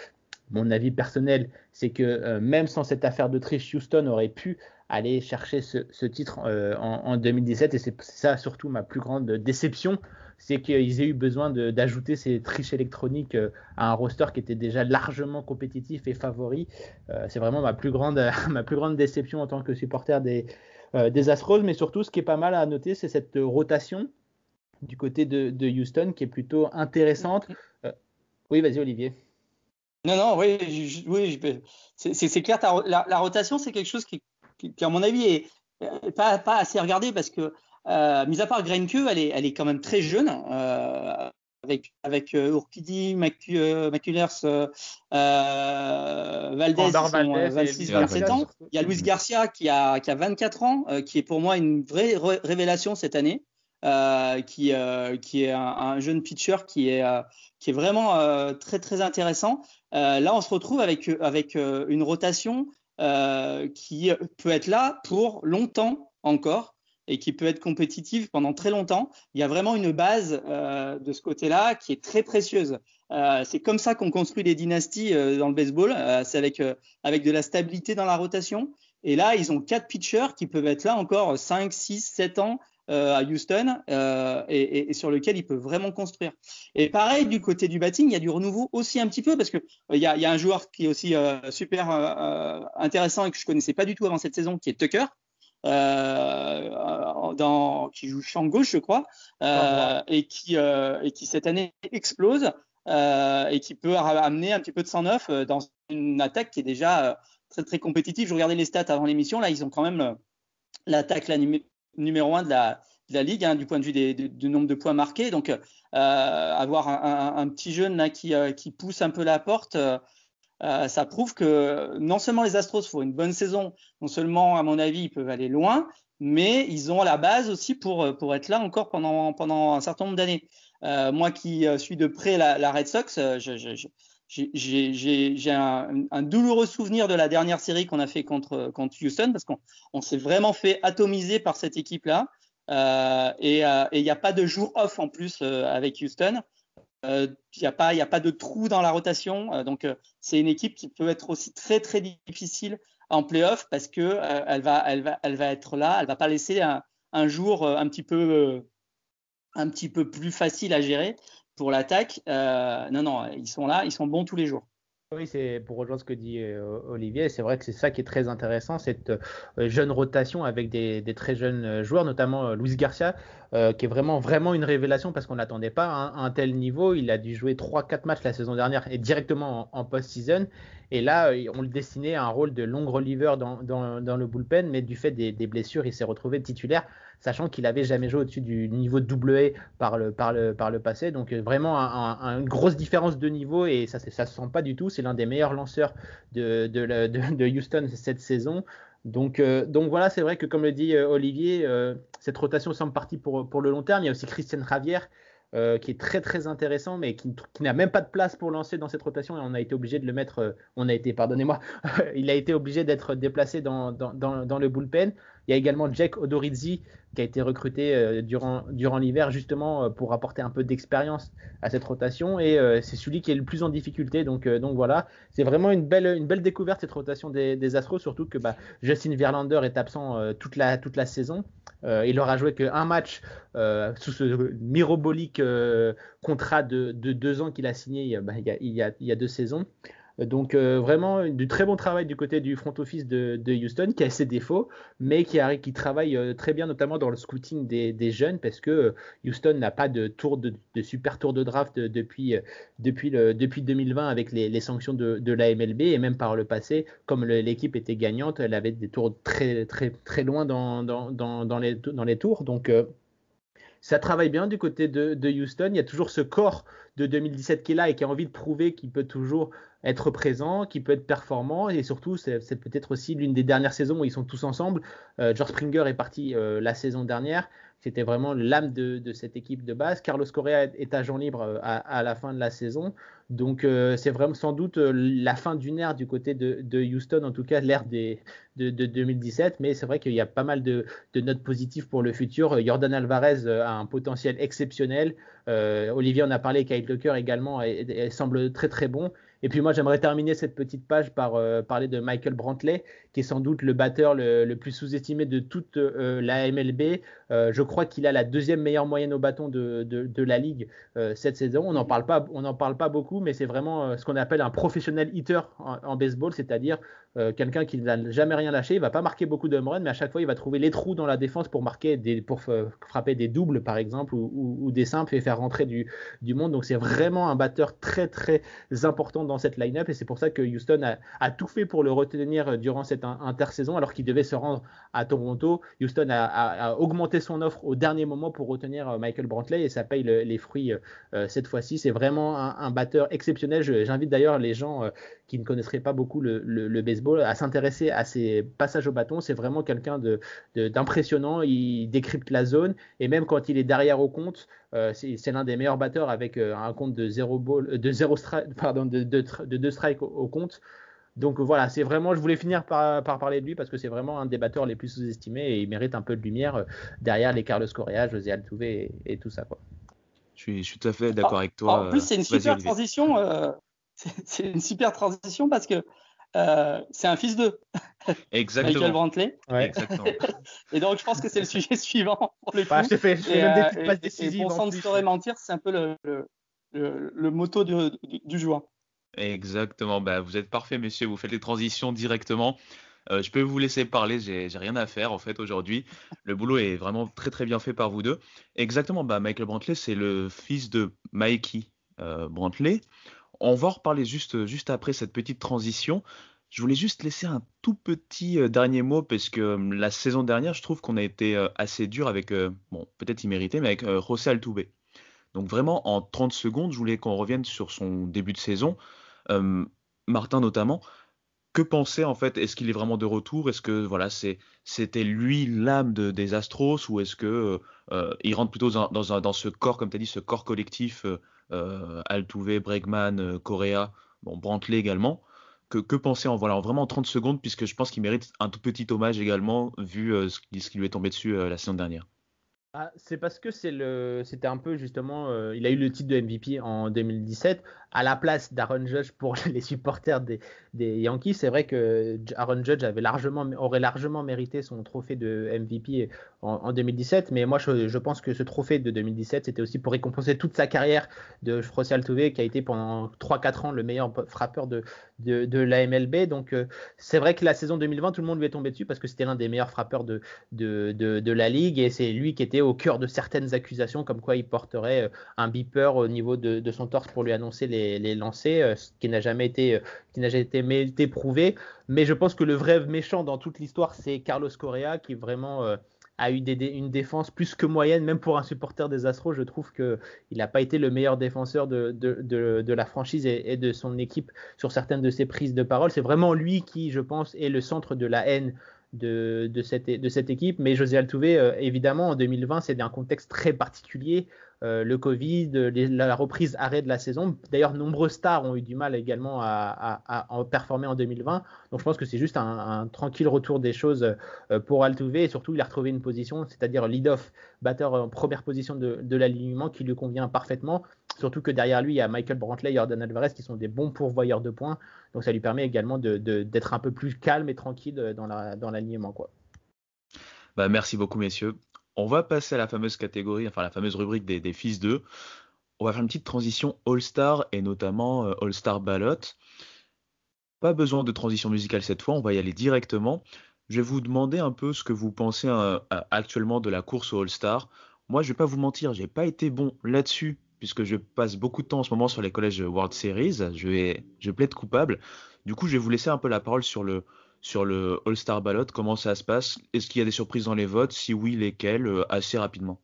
mon avis personnel, c'est que euh, même sans cette affaire de triche, Houston aurait pu aller chercher ce, ce titre euh, en, en deux mille dix-sept, et c'est ça surtout ma plus grande déception, c'est qu'ils aient eu besoin de, d'ajouter ces triches électroniques euh, à un roster qui était déjà largement compétitif et favori. Euh, c'est vraiment ma plus grande, ma plus grande déception en tant que supporter des, euh, des Astros, mais surtout ce qui est pas mal à noter, c'est cette rotation du côté de, de Houston qui est plutôt intéressante. Euh, oui, vas-y Olivier. Non, non, oui, je, oui je, c'est, c'est, c'est clair, ta, la, la rotation, c'est quelque chose qui, qui, qui à mon avis, est pas, pas assez regardé parce que, euh, mis à part Greinke, elle est, elle est quand même très jeune, euh, avec, avec euh, Urquidy, Macu, euh, Maculers, euh, Valdez, qui sont euh, vingt-six vingt-sept ans. Il y a Luis Garcia qui a, qui a vingt-quatre ans, euh, qui est pour moi une vraie ré- révélation cette année. Euh, qui, euh, qui est un, un jeune pitcher qui est, euh, qui est vraiment euh, très très intéressant. Euh, là, on se retrouve avec, avec euh, une rotation euh, qui peut être là pour longtemps encore et qui peut être compétitive pendant très longtemps. Il y a vraiment une base euh, de ce côté-là qui est très précieuse. Euh, c'est comme ça qu'on construit les dynasties euh, dans le baseball. Euh, c'est avec, euh, avec de la stabilité dans la rotation. Et là, ils ont quatre pitchers qui peuvent être là encore cinq, six, sept ans Euh, à Houston euh, et, et, et sur lequel il peut vraiment construire. Et pareil, du côté du batting, il y a du renouveau aussi un petit peu parce que il euh, y, a, y a un joueur qui est aussi euh, super euh, intéressant et que je connaissais pas du tout avant cette saison, qui est Tucker, euh, dans, qui joue champ gauche, je crois, euh, et, qui, euh, et qui cette année explose euh, et qui peut amener un petit peu de sang neuf dans une attaque qui est déjà euh, très très compétitive. Je regardais les stats avant l'émission, là ils ont quand même euh, l'attaque la numé- numéro un de la, de la ligue hein, du point de vue des, du, du nombre de points marqués. Donc, euh, avoir un, un, un petit jeune là qui, euh, qui pousse un peu la porte, euh, euh, ça prouve que non seulement les Astros font une bonne saison, non seulement à mon avis ils peuvent aller loin, mais ils ont la base aussi pour, pour être là encore pendant, pendant un certain nombre d'années. Euh, moi qui suis de près la, la Red Sox, je, je, je, j'ai, j'ai, j'ai un, un douloureux souvenir de la dernière série qu'on a fait contre, contre Houston parce qu'on on s'est vraiment fait atomiser par cette équipe-là. Euh, et il euh, n'y a pas de jour off en plus euh, avec Houston. Il euh, n'y a pas, il y a pas de trou dans la rotation. Euh, donc euh, c'est une équipe qui peut être aussi très très difficile en playoff parce que euh, elle va, elle va, elle va être là. Elle va pas laisser un, un jour euh, un petit peu, euh, un petit peu plus facile à gérer pour l'attaque. Euh, non, non, ils sont là, ils sont bons tous les jours. Oui, c'est pour rejoindre ce que dit euh, Olivier, c'est vrai que c'est ça qui est très intéressant, cette euh, jeune rotation avec des, des très jeunes joueurs, notamment euh, Luis Garcia, euh, qui est vraiment vraiment une révélation parce qu'on n'attendait pas à un, à un tel niveau. Il a dû jouer trois quatre matchs la saison dernière et directement en, en post-season. Et là, on le destinait à un rôle de long reliever dans, dans, dans le bullpen, mais du fait des, des blessures, il s'est retrouvé titulaire, sachant qu'il n'avait jamais joué au-dessus du niveau de double A par le, par le, par le passé. Donc vraiment un, un, une grosse différence de niveau et ça ne se sent pas du tout. C'est l'un des meilleurs lanceurs de, de, de, de Houston cette saison. Donc, euh, donc voilà, c'est vrai que comme le dit euh, Olivier, euh, cette rotation semble partie pour, pour le long terme. Il y a aussi Christian Javier euh, qui est très très intéressant, mais qui, qui n'a même pas de place pour lancer dans cette rotation et on a été obligé de le mettre, euh, on a été, pardonnez-moi, il a été obligé d'être déplacé dans, dans, dans, dans le bullpen. Il y a également Jake Odorizzi qui a été recruté euh, durant, durant l'hiver justement euh, pour apporter un peu d'expérience à cette rotation et euh, c'est celui qui est le plus en difficulté. Donc, euh, donc voilà, c'est vraiment une belle, une belle découverte cette rotation des, des Astros, surtout que bah, Justin Verlander est absent euh, toute, la, toute la saison. Euh, il aura joué qu'un match euh, sous ce mirabolique euh, contrat de, de deux ans qu'il a signé bah, il, y a, il, y a, il y a deux saisons. Donc euh, vraiment du très bon travail du côté du front office de, de Houston qui a ses défauts mais qui, a, qui travaille euh, très bien notamment dans le scouting des, des jeunes parce que Houston n'a pas de, tour de, de super tour de draft depuis, depuis, le, depuis deux mille vingt avec les, les sanctions de, de la M L B et même par le passé comme le, l'équipe était gagnante elle avait des tours très, très, très loin dans, dans, dans, dans, les, dans les tours donc euh, ça travaille bien du côté de, de Houston. Il y a toujours ce corps de deux mille dix-sept qui est là et qui a envie de prouver qu'il peut toujours être présent, qu'il peut être performant. Et surtout, c'est, c'est peut-être aussi l'une des dernières saisons où ils sont tous ensemble. Euh, George Springer est parti euh, la saison dernière. C'était vraiment l'âme de, de cette équipe de base. Carlos Correa est agent libre à, à la fin de la saison. Donc, euh, c'est vraiment sans doute la fin d'une ère du côté de, de Houston, en tout cas l'ère des, de, de deux mille dix-sept. Mais c'est vrai qu'il y a pas mal de, de notes positives pour le futur. Yordan Alvarez a un potentiel exceptionnel. Euh, Olivier en a parlé, Kyle Tucker également, elle semble très très bon. Et puis moi, j'aimerais terminer cette petite page par euh, parler de Michael Brantley, qui est sans doute le batteur le, le plus sous-estimé de toute euh, la M L B. Euh, je crois qu'il a la deuxième meilleure moyenne au bâton de, de, de la ligue euh, cette saison. On n'en parle pas, on n'en parle pas beaucoup, mais c'est vraiment euh, ce qu'on appelle un professionnel hitter en, en baseball, c'est-à-dire euh, quelqu'un qui n'a jamais rien lâché. Il va pas marquer beaucoup de home runs, mais à chaque fois, il va trouver les trous dans la défense pour marquer des, pour euh, frapper des doubles, par exemple, ou, ou, ou des simples et faire rentrer du, du monde. Donc c'est vraiment un batteur très très important dans cette line-up, et c'est pour ça que Houston a, a tout fait pour le retenir durant cette intersaison, alors qu'il devait se rendre à Toronto. Houston a, a, a augmenté son offre au dernier moment pour retenir Michael Brantley, et ça paye le, les fruits euh, cette fois-ci. C'est vraiment un, un batteur exceptionnel. Je, j'invite d'ailleurs les gens euh, qui ne connaisseraient pas beaucoup le, le, le baseball à s'intéresser à ses passages au bâton. C'est vraiment quelqu'un de, de, d'impressionnant. Il décrypte la zone, et même quand il est derrière au compte, euh, c'est, c'est l'un des meilleurs batteurs avec euh, un compte de zéro ball, de zéro stri- pardon, de, de, de deux strikes au, au compte. Donc voilà, c'est vraiment, je voulais finir par, par parler de lui parce que c'est vraiment un des batteurs les plus sous-estimés, et il mérite un peu de lumière euh, derrière les Carlos Correa, José Altuve et, et tout ça, quoi. Je suis, je suis tout à fait d'accord en, avec toi. En plus, c'est une Vas-y, super Olivier. transition. Euh, c'est, c'est une super transition parce que euh, c'est un fils d'eux. Exactement. Michael Brantley. Ouais. Exactement. Et donc, je pense que c'est le sujet suivant pour le coup. Bah, je te fais, je fais et, même des euh, petites passes et, décisives. et pour en sans plus. se mentir, c'est un peu le, le, le, le motto du, du, du joueur. Exactement. Bah, vous êtes parfaits, messieurs. Vous faites les transitions directement. Euh, je peux vous laisser parler. J'ai, j'ai rien à faire en fait aujourd'hui. Le boulot est vraiment très très bien fait par vous deux. Exactement. Bah, Michael Brantley, c'est le fils de Mikey euh, Brantley. On va en reparler juste juste après cette petite transition. Je voulais juste laisser un tout petit euh, dernier mot parce que euh, la saison dernière, je trouve qu'on a été euh, assez dur avec, euh, bon, peut-être immérité, mais avec euh, José Altuve. Donc vraiment, en trente secondes, je voulais qu'on revienne sur son début de saison. Euh, Martin notamment, que pensait en fait? Est-ce qu'il est vraiment de retour? Est-ce que voilà, c'est c'était lui l'âme de, des Astros, ou est-ce que euh, il rentre plutôt dans, dans, un- dans ce corps, comme tu as dit, ce corps collectif, euh, euh, Altuve, Bregman, euh, Correa, bon, Brantley également? Que, que penser en voilà en vraiment en trente secondes, puisque je pense qu'il mérite un tout petit hommage également vu euh, ce, qui, ce qui lui est tombé dessus euh, la saison dernière. Ah, c'est parce que c'est le, c'était un peu justement, euh, il a eu le titre de M V P en deux mille dix-sept à la place d'Aaron Judge pour les supporters des, des Yankees. C'est vrai que Aaron Judge avait largement, aurait largement mérité son trophée de M V P en, en deux mille dix-sept, mais moi je, je pense que ce trophée de deux mille dix-sept c'était aussi pour récompenser toute sa carrière de José Altuve, qui a été pendant trois quatre ans le meilleur frappeur de, de, de la M L B. Donc euh, c'est vrai que la saison deux mille vingt, tout le monde lui est tombé dessus parce que c'était l'un des meilleurs frappeurs de, de, de, de la ligue, et c'est lui qui était au cœur de certaines accusations comme quoi il porterait un beeper au niveau de, de son torse pour lui annoncer les, les lancers, ce qui n'a jamais été, qui n'a jamais été, été prouvé. Mais je pense que le vrai méchant dans toute l'histoire, c'est Carlos Correa, qui vraiment euh, a eu des, des, une défense plus que moyenne, même pour un supporter des Astros. Je trouve qu'il n'a pas été le meilleur défenseur de, de, de, de la franchise et, et de son équipe sur certaines de ses prises de parole. C'est vraiment lui qui, je pense, est le centre de la haine De, de, cette, de cette équipe. Mais José Altuve, euh, évidemment, en deux mille vingt, c'est un contexte très particulier. Euh, le Covid, les, la reprise arrêt de la saison. D'ailleurs, nombreux stars ont eu du mal également à, à, à en performer en deux mille vingt. Donc, je pense que c'est juste un, un tranquille retour des choses euh, pour Altuve. Et surtout, il a retrouvé une position, c'est-à-dire lead-off, batteur en première position de, de l'alignement, qui lui convient parfaitement. Surtout que derrière lui, il y a Michael Brantley et Jordan Alvarez qui sont des bons pourvoyeurs de points. Donc ça lui permet également de, de, d'être un peu plus calme et tranquille dans, la, dans l'alignement, quoi. Bah, merci beaucoup, messieurs. On va passer à la fameuse catégorie, enfin la fameuse rubrique des, des fils d'eux. On va faire une petite transition All-Star et notamment euh, All-Star Ballot. Pas besoin de transition musicale cette fois, on va y aller directement. Je vais vous demander un peu ce que vous pensez euh, actuellement de la course au All-Star. Moi, je vais pas vous mentir, j'ai pas été bon là-dessus, puisque je passe beaucoup de temps en ce moment sur les collèges World Series. Je vais, je plaide coupable. Du coup, je vais vous laisser un peu la parole sur le, sur le All-Star Ballot. Comment ça se passe? Est-ce qu'il y a des surprises dans les votes? Si oui, lesquelles? Euh, assez rapidement.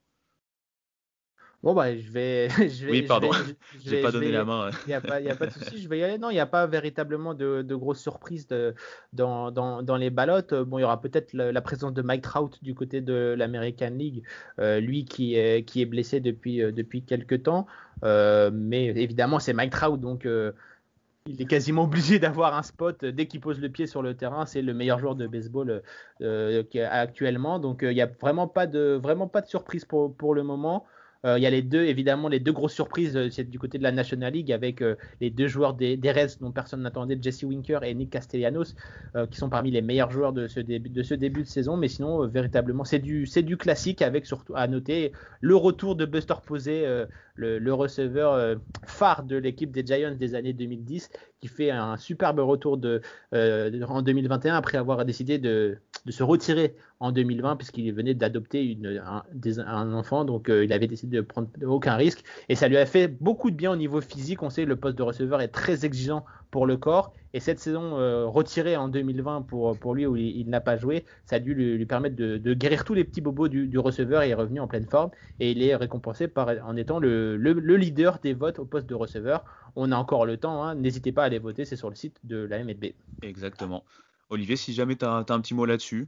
Bon, bah, je vais. Je vais Oui, pardon. Je vais, je J'ai vais, pas je donné vais, la main. Il n'y a, pas, y a pas de souci, je vais y aller. Non, il n'y a pas véritablement de, de grosses surprises de, dans, dans, dans les ballots. Bon, il y aura peut-être la, la présence de Mike Trout du côté de l'American League, euh, lui qui est, qui est blessé depuis, euh, depuis quelques temps. Euh, mais évidemment, c'est Mike Trout, donc. Euh, Il est quasiment obligé d'avoir un spot dès qu'il pose le pied sur le terrain. C'est le meilleur joueur de baseball euh, actuellement. Donc, il euh, n'y a vraiment pas de, vraiment pas de surprise pour, pour le moment. Euh, il y a les deux, évidemment, les deux grosses surprises euh, c'est du côté de la National League avec euh, les deux joueurs des, des Reds dont personne n'attendait, Jesse Winker et Nick Castellanos, euh, qui sont parmi les meilleurs joueurs de ce début de, ce début de saison. Mais sinon, euh, véritablement, c'est du, c'est du classique avec surtout à noter le retour de Buster Posey, euh, le, le receveur euh, phare de l'équipe des Giants des années deux mille dix, qui fait un superbe retour de, euh, en deux mille vingt et un après avoir décidé de, de se retirer en deux mille vingt puisqu'il venait d'adopter une, un, des, un enfant, donc euh, il avait décidé de prendre aucun risque et ça lui a fait beaucoup de bien au niveau physique. On sait que le poste de receveur est très exigeant pour le corps et cette saison euh, retirée en deux mille vingt pour, pour lui où il, il n'a pas joué, ça a dû lui, lui permettre de, de guérir tous les petits bobos du, du receveur et est revenu en pleine forme et il est récompensé par, en étant le, le, le leader des votes au poste de receveur. On a encore le temps, hein. N'hésitez pas à aller voter, c'est sur le site de la M L B. Exactement. Olivier, si jamais tu as un petit mot là-dessus.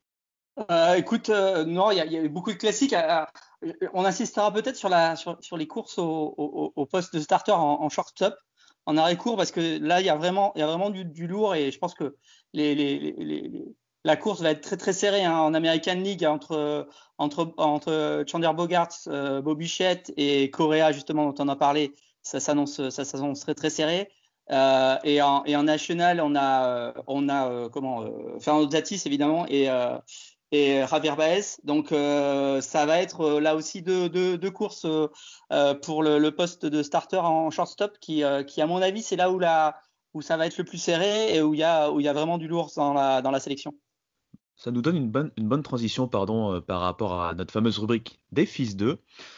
Euh, écoute, euh, non, il y, y a eu beaucoup de classiques. Euh, on insistera peut-être sur, la, sur, sur les courses au, au, au poste de starter en, en shortstop, en arrêt-court, parce que là, il y a vraiment, il y a vraiment du, du lourd et je pense que les, les, les, les, la course va être très très serrée hein, en American League entre, entre, entre Chandler Bogaerts, euh, Bo Bichette et Correa, justement, dont on a parlé. Ça s'annonce, ça s'annonce très très serré. Euh, et, en, et en national, on a, on a euh, comment, euh, Fernando Tatis évidemment et euh, et Javier Baez. Donc euh, ça va être euh, là aussi deux, deux, deux courses euh, pour le, le poste de starter en shortstop qui, euh, qui à mon avis c'est là où la où ça va être le plus serré et où il y a où il y a vraiment du lourd dans la dans la sélection. Ça nous donne une bonne une bonne transition pardon euh, par rapport à notre fameuse rubrique des fils d'eux.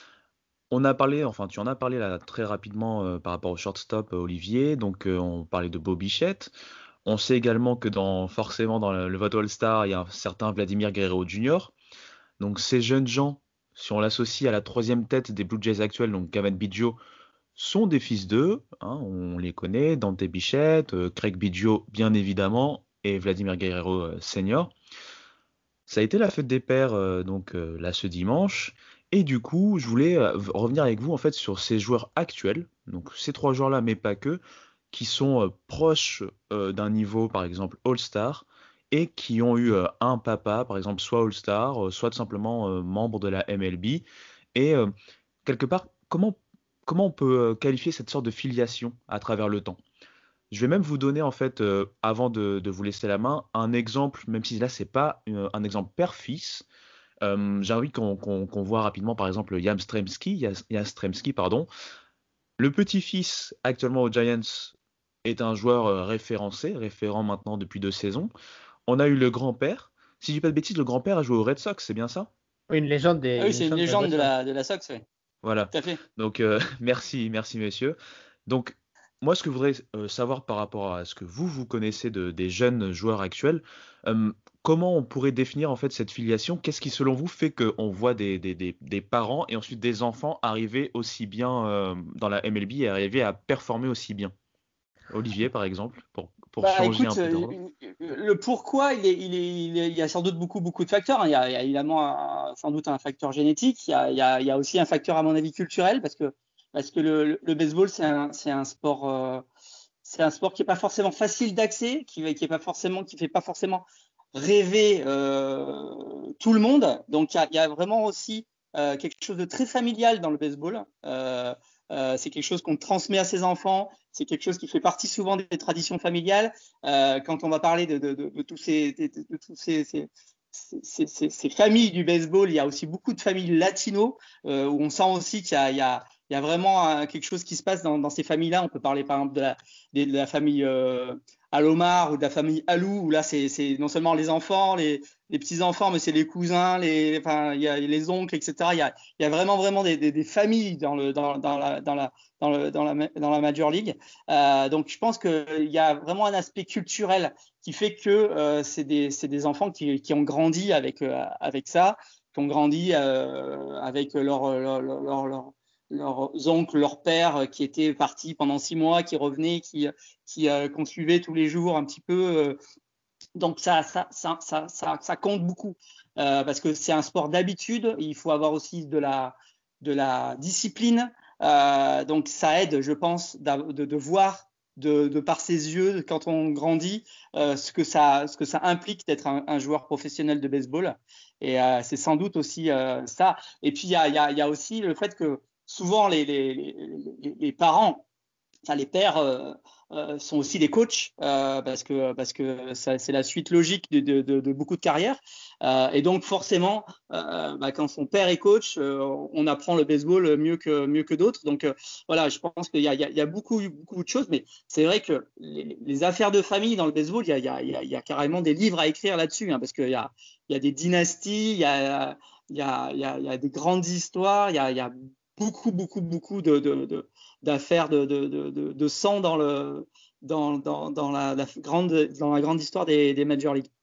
On a parlé, enfin tu en as parlé là très rapidement euh, par rapport au shortstop euh, Olivier, donc euh, on parlait de Bo Bichette. On sait également que dans forcément dans le, le vote All-Star, il y a un certain Vladimir Guerrero junior Donc ces jeunes gens, si on l'associe à la troisième tête des Blue Jays actuels, donc Cavan Biggio, sont des fils d'eux, hein, on les connaît, Dante Bichette, euh, Craig Biggio bien évidemment, et Vladimir Guerrero euh, senior. Ça a été la fête des pères euh, donc euh, là ce dimanche. Et du coup, je voulais euh, revenir avec vous en fait sur ces joueurs actuels, donc ces trois joueurs-là, mais pas que, qui sont euh, proches euh, d'un niveau, par exemple, All-Star, et qui ont eu euh, un papa, par exemple, soit All-Star, euh, soit tout simplement euh, membre de la M L B. Et euh, quelque part, comment, comment on peut euh, qualifier cette sorte de filiation à travers le temps ? Je vais même vous donner, en fait, euh, avant de, de vous laisser la main, un exemple, même si là, c'est pas euh, un exemple père-fils. Euh, j'ai envie qu'on, qu'on, qu'on voit rapidement, par exemple, Yastrzemski, Yastrzemski, pardon. Le petit-fils, actuellement aux Giants, est un joueur euh, référencé, référent maintenant depuis deux saisons. On a eu le grand-père. Si je dis pas de bêtises, le grand-père a joué aux Red Sox, c'est bien ça ? Oui, une légende des. Ah oui, c'est une légende de la, de la Sox, oui. Voilà. Tout à fait. Donc, euh, merci, merci, messieurs. Donc, moi, ce que je voudrais euh, savoir par rapport à ce que vous, vous connaissez de, des jeunes joueurs actuels, euh, comment on pourrait définir en fait cette filiation ? Qu'est-ce qui, selon vous, fait qu'on voit des, des, des, des parents et ensuite des enfants arriver aussi bien euh, dans la M L B et arriver à performer aussi bien ? Olivier, par exemple, pour, pour bah, changer écoute, un peu d'ordre. Le pourquoi, il, est, il, est, il, est, il y a sans doute beaucoup, beaucoup de facteurs. Il y a, il y a évidemment un, sans doute un facteur génétique. Il y, a, il, y a, il y a aussi un facteur, à mon avis, culturel, parce que parce que le, le baseball, c'est un, c'est un sport, euh, c'est un sport qui est pas forcément facile d'accès, qui, qui est pas forcément, qui fait pas forcément rêver euh, tout le monde. Donc il y a, il y a vraiment aussi euh, quelque chose de très familial dans le baseball. Euh, euh, c'est quelque chose qu'on transmet à ses enfants. C'est quelque chose qui fait partie souvent des traditions familiales. Euh, quand on va parler de, de, de, de tous ces, de, de, de tous ces, ces Ces, ces, ces familles du baseball, il y a aussi beaucoup de familles latino euh, où on sent aussi qu'il y a, il y a, il y a vraiment euh, quelque chose qui se passe dans, dans ces familles-là. On peut parler par exemple de la, de, de la famille euh, Alomar ou de la famille Alou, où là c'est, c'est non seulement les enfants, les, les petits-enfants, mais c'est les cousins, les, enfin, il y a les oncles, et cetera. Il y a, il y a vraiment vraiment des, des, des familles dans, le, dans, dans, la, dans, la, dans, le, dans, la, dans la Major League. Euh, donc je pense qu'il y a vraiment un aspect culturel qui fait que euh, c'est des c'est des enfants qui qui ont grandi avec euh, avec ça, qui ont grandi euh, avec leurs leur, leur, leur, leurs oncles, leurs pères qui étaient partis pendant six mois, qui revenaient, qui qui euh, qu'on suivait tous les jours un petit peu. Euh, donc ça ça ça ça ça, ça compte beaucoup euh, parce que c'est un sport d'habitude. Il faut avoir aussi de la de la discipline. Euh, donc ça aide, je pense, de, de voir de, de par ses yeux quand on grandit, euh, ce que ça, ce que ça implique d'être un, un joueur professionnel de baseball. Et euh, c'est sans doute aussi euh, ça. Et puis il y a, il y a, il y a aussi le fait que souvent les, les, les, les parents, enfin les pères euh, euh, sont aussi des coachs euh, parce que parce que ça, c'est la suite logique de, de, de, de beaucoup de carrières. Euh, et donc forcément, euh, bah, quand son père est coach, euh, on apprend le baseball mieux que mieux que d'autres. Donc euh, voilà, je pense qu'il y a, il y a, il y a beaucoup beaucoup de choses, mais c'est vrai que les, les affaires de famille dans le baseball, il y a, il y a, il y a, il y a carrément des livres à écrire là-dessus, hein, parce qu'il y a il y a des dynasties, il y a il y a il y a, il y a des grandes histoires, il y a il y a beaucoup beaucoup beaucoup de, de, de d'affaires de, de, de, de, de sang dans le dans dans dans la, la grande dans la grande histoire des, des Major League.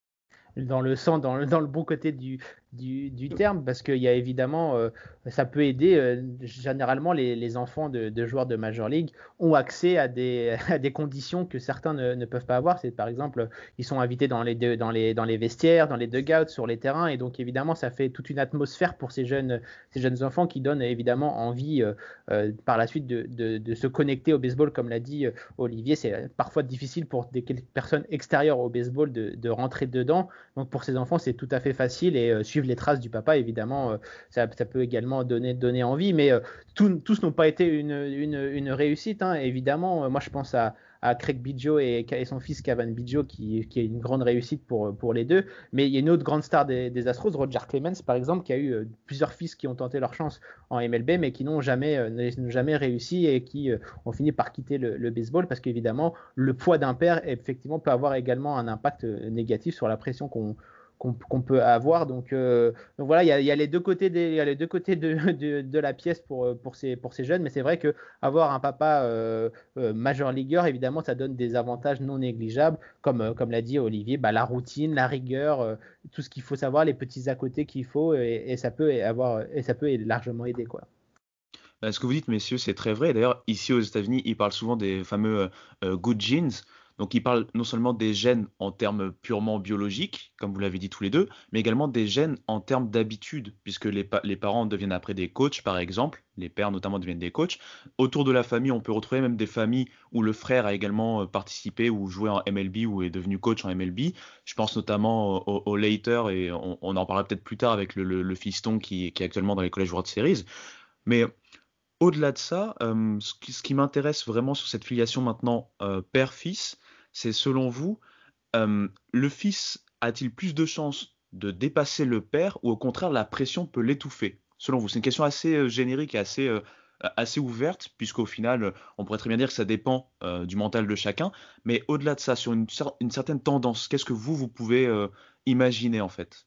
Dans le sang, dans le, dans le bon côté du, du, du terme, parce qu'il y a évidemment, euh, ça peut aider. Euh, généralement, les, les enfants de, de joueurs de Major League ont accès à des, à des conditions que certains ne, ne peuvent pas avoir. C'est par exemple, ils sont invités dans les, dans, les, dans les vestiaires, dans les dugouts, sur les terrains, et donc évidemment, ça fait toute une atmosphère pour ces jeunes, ces jeunes enfants qui donnent évidemment envie euh, euh, par la suite de, de, de se connecter au baseball, comme l'a dit euh, Olivier. C'est parfois difficile pour des personnes extérieures au baseball de, de rentrer dedans. Donc pour ces enfants, c'est tout à fait facile et euh, suivre les traces du papa, évidemment, euh, ça, ça peut également donner, donner envie. Mais euh, tout, tous n'ont pas été une, une, une réussite, hein, évidemment. Euh, moi, je pense à, à Craig Biggio et, et son fils Cavan Biggio, qui, qui est une grande réussite pour, pour les deux. Mais il y a une autre grande star des, des Astros, Roger Clemens, par exemple, qui a eu euh, plusieurs fils qui ont tenté leur chance en M L B, mais qui n'ont jamais, euh, n'ont jamais réussi et qui euh, ont fini par quitter le, le baseball, parce qu'évidemment, le poids d'un père, effectivement, peut avoir également un impact négatif sur la pression qu'on Qu'on, qu'on peut avoir. Donc, euh, donc voilà, il y a, y a les deux côtés, des, y a les deux côtés de, de, de la pièce pour, pour, ces, pour ces jeunes, mais c'est vrai qu'avoir un papa euh, euh, major leagueur, évidemment, ça donne des avantages non négligeables, comme, euh, comme l'a dit Olivier, bah, la routine, la rigueur, euh, tout ce qu'il faut savoir, les petits à côté qu'il faut, et, et, ça peut avoir, et ça peut largement aider, quoi. Ce que vous dites, messieurs, c'est très vrai. D'ailleurs, ici aux États-Unis, ils parlent souvent des fameux euh, good genes. Donc, ils parlent non seulement des gènes en termes purement biologiques, comme vous l'avez dit tous les deux, mais également des gènes en termes d'habitude, puisque les, pa- les parents deviennent après des coachs, par exemple, les pères notamment deviennent des coachs. Autour de la famille, on peut retrouver même des familles où le frère a également participé ou joué en M L B ou est devenu coach en M L B. Je pense notamment au, au Leiter, et on, on en parlera peut-être plus tard avec le, le, le fiston qui, qui est actuellement dans les College World Series. Mais au-delà de ça, euh, ce qui, ce qui m'intéresse vraiment sur cette filiation maintenant euh, père-fils, c'est selon vous, euh, le fils a-t-il plus de chances de dépasser le père, ou au contraire la pression peut l'étouffer? Selon vous, c'est une question assez euh, générique et assez, euh, assez ouverte, puisqu'au final, on pourrait très bien dire que ça dépend euh, du mental de chacun. Mais au-delà de ça, sur une, une certaine tendance, qu'est-ce que vous, vous pouvez euh, imaginer en fait?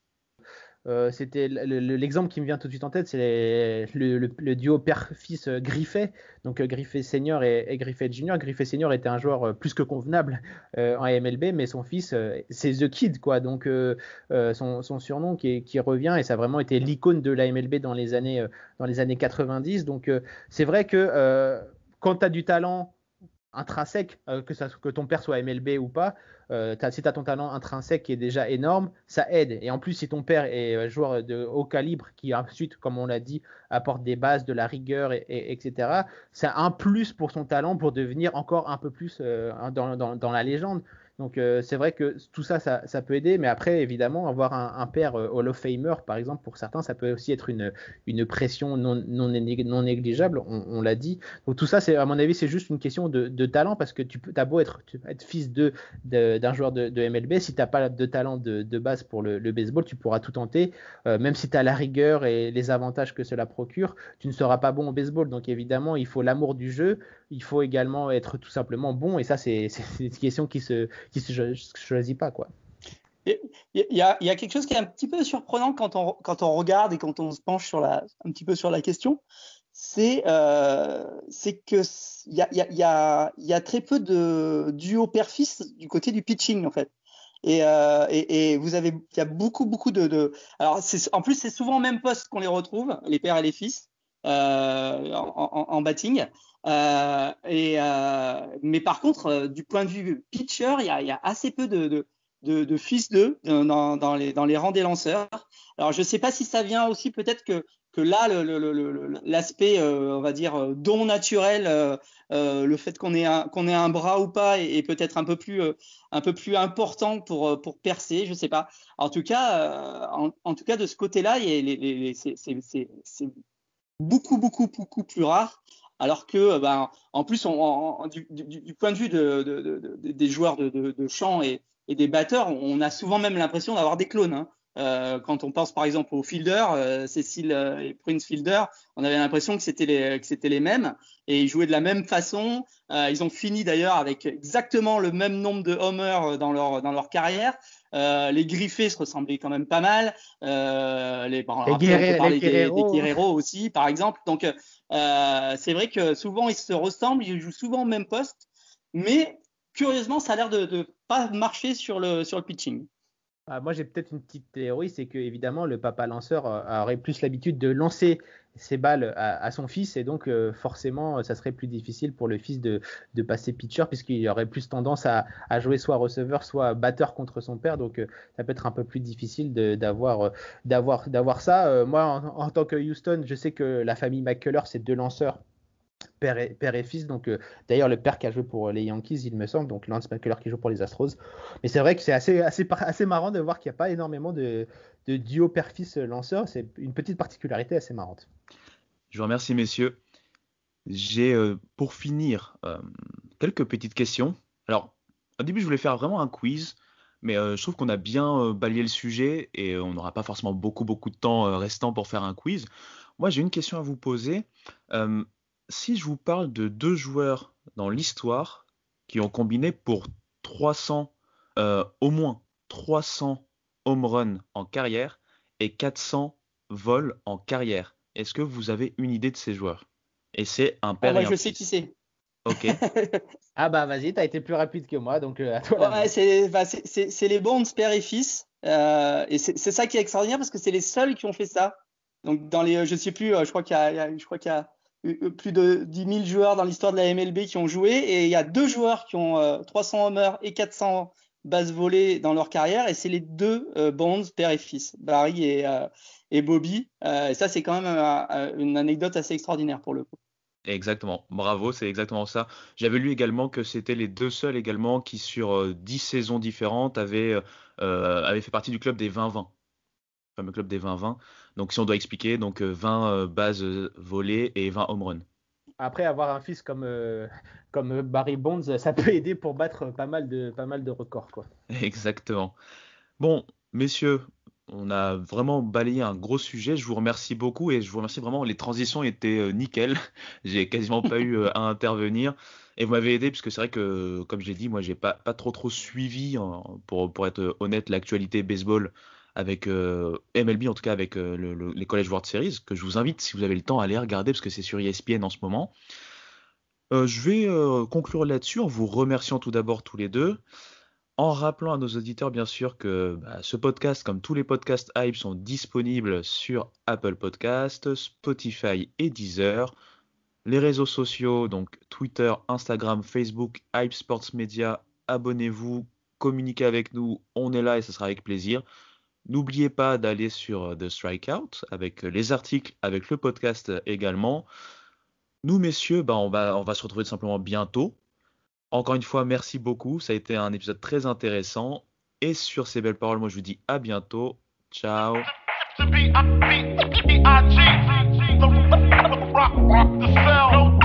Euh, c'était le, le, l'exemple qui me vient tout de suite en tête, c'est les, le, le, le duo père-fils euh, Griffey, donc euh, Griffey senior et, et Griffey junior. Griffey senior était un joueur euh, plus que convenable euh, en M L B, mais son fils, euh, c'est The Kid, quoi. Donc euh, euh, son, son surnom qui, qui revient, et ça a vraiment été l'icône de la M L B dans les années, euh, dans les années quatre-vingt-dix. Donc euh, c'est vrai que euh, quand tu as du talent intrinsèque, euh, que, ça, que ton père soit M L B ou pas, euh, t'as, si tu as ton talent intrinsèque qui est déjà énorme, ça aide. Et en plus, si ton père est euh, joueur de haut calibre, qui ensuite, comme on l'a dit, apporte des bases, de la rigueur, et, et, etc., c'est un plus pour son talent pour devenir encore un peu plus euh, dans, dans, dans la légende. Donc euh, c'est vrai que tout ça, ça, ça peut aider, mais après, évidemment, avoir un, un père euh, Hall of Famer, par exemple, pour certains, ça peut aussi être une, une pression non, non, non négligeable, on, on l'a dit. Donc tout ça, c'est, à mon avis, c'est juste une question de, de talent, parce que tu peux, t'as beau être, tu peux être fils de, de, d'un joueur de, de M L B, si tu n'as pas de talent de, de base pour le, le baseball, tu pourras tout tenter, euh, même si tu as la rigueur et les avantages que cela procure, tu ne seras pas bon au baseball. Donc évidemment, il faut l'amour du jeu, il faut également être tout simplement bon, et ça, c'est, c'est une question qui se qui ne se choisit pas, quoi. Il y a, il y a quelque chose qui est un petit peu surprenant quand on, quand on regarde et quand on se penche sur la, un petit peu sur la question, c'est, euh, c'est que il y a, il y a, il y a, il y a très peu de duo père-fils du côté du pitching, en fait. Et, euh, et, et vous avez, il y a beaucoup, beaucoup de, de alors c'est, en plus c'est souvent au même poste qu'on les retrouve, les pères et les fils, euh, en, en, en batting. Euh, et euh, mais par contre, euh, du point de vue pitcher, il y a, il y a assez peu de, de, de, de fils d'eux dans, dans, les, dans les rangs des lanceurs. Alors, je ne sais pas si ça vient aussi peut-être que, que là, le, le, le, l'aspect, euh, on va dire, don naturel, euh, euh, le fait qu'on ait, un, qu'on ait un bras ou pas est, est peut-être un peu plus, euh, un peu plus important pour, pour percer, je ne sais pas. En tout cas, euh, en, en tout cas de ce côté-là, il y a les, les, les, c'est, c'est, c'est, c'est beaucoup, beaucoup, beaucoup plus rare. Alors que, ben, en plus, on, en, du, du, du point de vue de, de, de, de, des joueurs de, de, de chant et, et des batteurs, on a souvent même l'impression d'avoir des clones. Hein. Euh, quand on pense par exemple aux fielders, euh, Cécile et Prince Fielder, on avait l'impression que c'était les, que c'était les mêmes et ils jouaient de la même façon. Euh, ils ont fini d'ailleurs avec exactement le même nombre de homers dans leur, dans leur carrière. Euh, les Griffés se ressemblaient quand même pas mal. Euh, les, bon, les, après, Guerre- on peut parler les Guerrero. des, des Guerrero aussi, par exemple. Donc, euh, c'est vrai que souvent ils se ressemblent, ils jouent souvent au même poste, mais curieusement, ça a l'air de, de pas marcher sur le sur le pitching. Ah, moi, j'ai peut-être une petite théorie, c'est que évidemment, le papa lanceur euh, aurait plus l'habitude de lancer ses balles à, à son fils, et donc euh, forcément, ça serait plus difficile pour le fils de, de passer pitcher, puisqu'il aurait plus tendance à, à jouer soit receveur, soit batteur contre son père. Donc, euh, ça peut être un peu plus difficile de, d'avoir, euh, d'avoir, d'avoir ça. Euh, moi, en, en tant que Houston, je sais que la famille McCullers, c'est deux lanceurs. Père et, père et fils, donc euh, d'ailleurs le père qui a joué pour les Yankees, il me semble, donc Lance McCullers qui joue pour les Astros. Mais c'est vrai que c'est assez, assez, assez marrant de voir qu'il n'y a pas énormément de, de duo père-fils lanceur. C'est une petite particularité assez marrante. Je vous remercie, messieurs. J'ai euh, pour finir euh, quelques petites questions. Alors, au début, je voulais faire vraiment un quiz, mais euh, je trouve qu'on a bien euh, balayé le sujet et euh, on n'aura pas forcément beaucoup, beaucoup de temps euh, restant pour faire un quiz. Moi, j'ai une question à vous poser. Euh, Si je vous parle de deux joueurs dans l'histoire qui ont combiné pour trois cents, euh, au moins trois cents home runs en carrière et quatre cents vols en carrière, est-ce que vous avez une idée de ces joueurs? Et c'est un père oh, moi, et un je fils. sais qui c'est. Ok. Ah bah vas-y, t'as été plus rapide que moi, donc euh, à toi. Ouais, c'est, bah, c'est, c'est, c'est les Bonds père et fils, euh, et c'est, c'est ça qui est extraordinaire parce que c'est les seuls qui ont fait ça. Donc dans les, je sais plus, je crois qu'il y a, je crois qu'il y a plus de dix mille joueurs dans l'histoire de la M L B qui ont joué, et il y a deux joueurs qui ont euh, trois cents homers et quatre cents bases volées dans leur carrière, et c'est les deux euh, Bonds, père et fils, Barry et, euh, et Bobby. Euh, et ça, c'est quand même euh, une anecdote assez extraordinaire pour le coup. Exactement, bravo, c'est exactement ça. J'avais lu également que c'était les deux seuls également qui, sur euh, dix saisons différentes, avaient, euh, avaient fait partie du club des vingt vingt. Le fameux club des vingt vingt. Donc si on doit expliquer, donc vingt euh, bases volées et vingt home runs. Après, avoir un fils comme, euh, comme Barry Bonds, ça peut aider pour battre pas mal de, pas mal de records, quoi. Exactement. Bon, messieurs, on a vraiment balayé un gros sujet. Je vous remercie beaucoup et je vous remercie vraiment. Les transitions étaient euh, nickel. J'ai quasiment pas eu euh, à intervenir. Et vous m'avez aidé puisque c'est vrai que, comme j'ai dit, moi, j'ai pas, pas trop trop suivi, hein, pour, pour être honnête, l'actualité baseball avec euh, M L B, en tout cas avec euh, le, le, les College World Series, que je vous invite, si vous avez le temps, à aller regarder parce que c'est sur E S P N en ce moment. Euh, je vais euh, conclure là-dessus en vous remerciant tout d'abord tous les deux, en rappelant à nos auditeurs bien sûr que bah, ce podcast, comme tous les podcasts Hype, sont disponibles sur Apple Podcasts, Spotify et Deezer. Les réseaux sociaux, donc Twitter, Instagram, Facebook, Hype Sports Media, abonnez-vous, communiquez avec nous, on est là et ce sera avec plaisir. N'oubliez pas d'aller sur The Strikeout avec les articles, avec le podcast également. Nous, messieurs, bah, on va, on va se retrouver tout simplement bientôt. Encore une fois, merci beaucoup. Ça a été un épisode très intéressant. Et sur ces belles paroles, moi, je vous dis à bientôt. Ciao. To be, I be, I G, the rock, rock, the cell.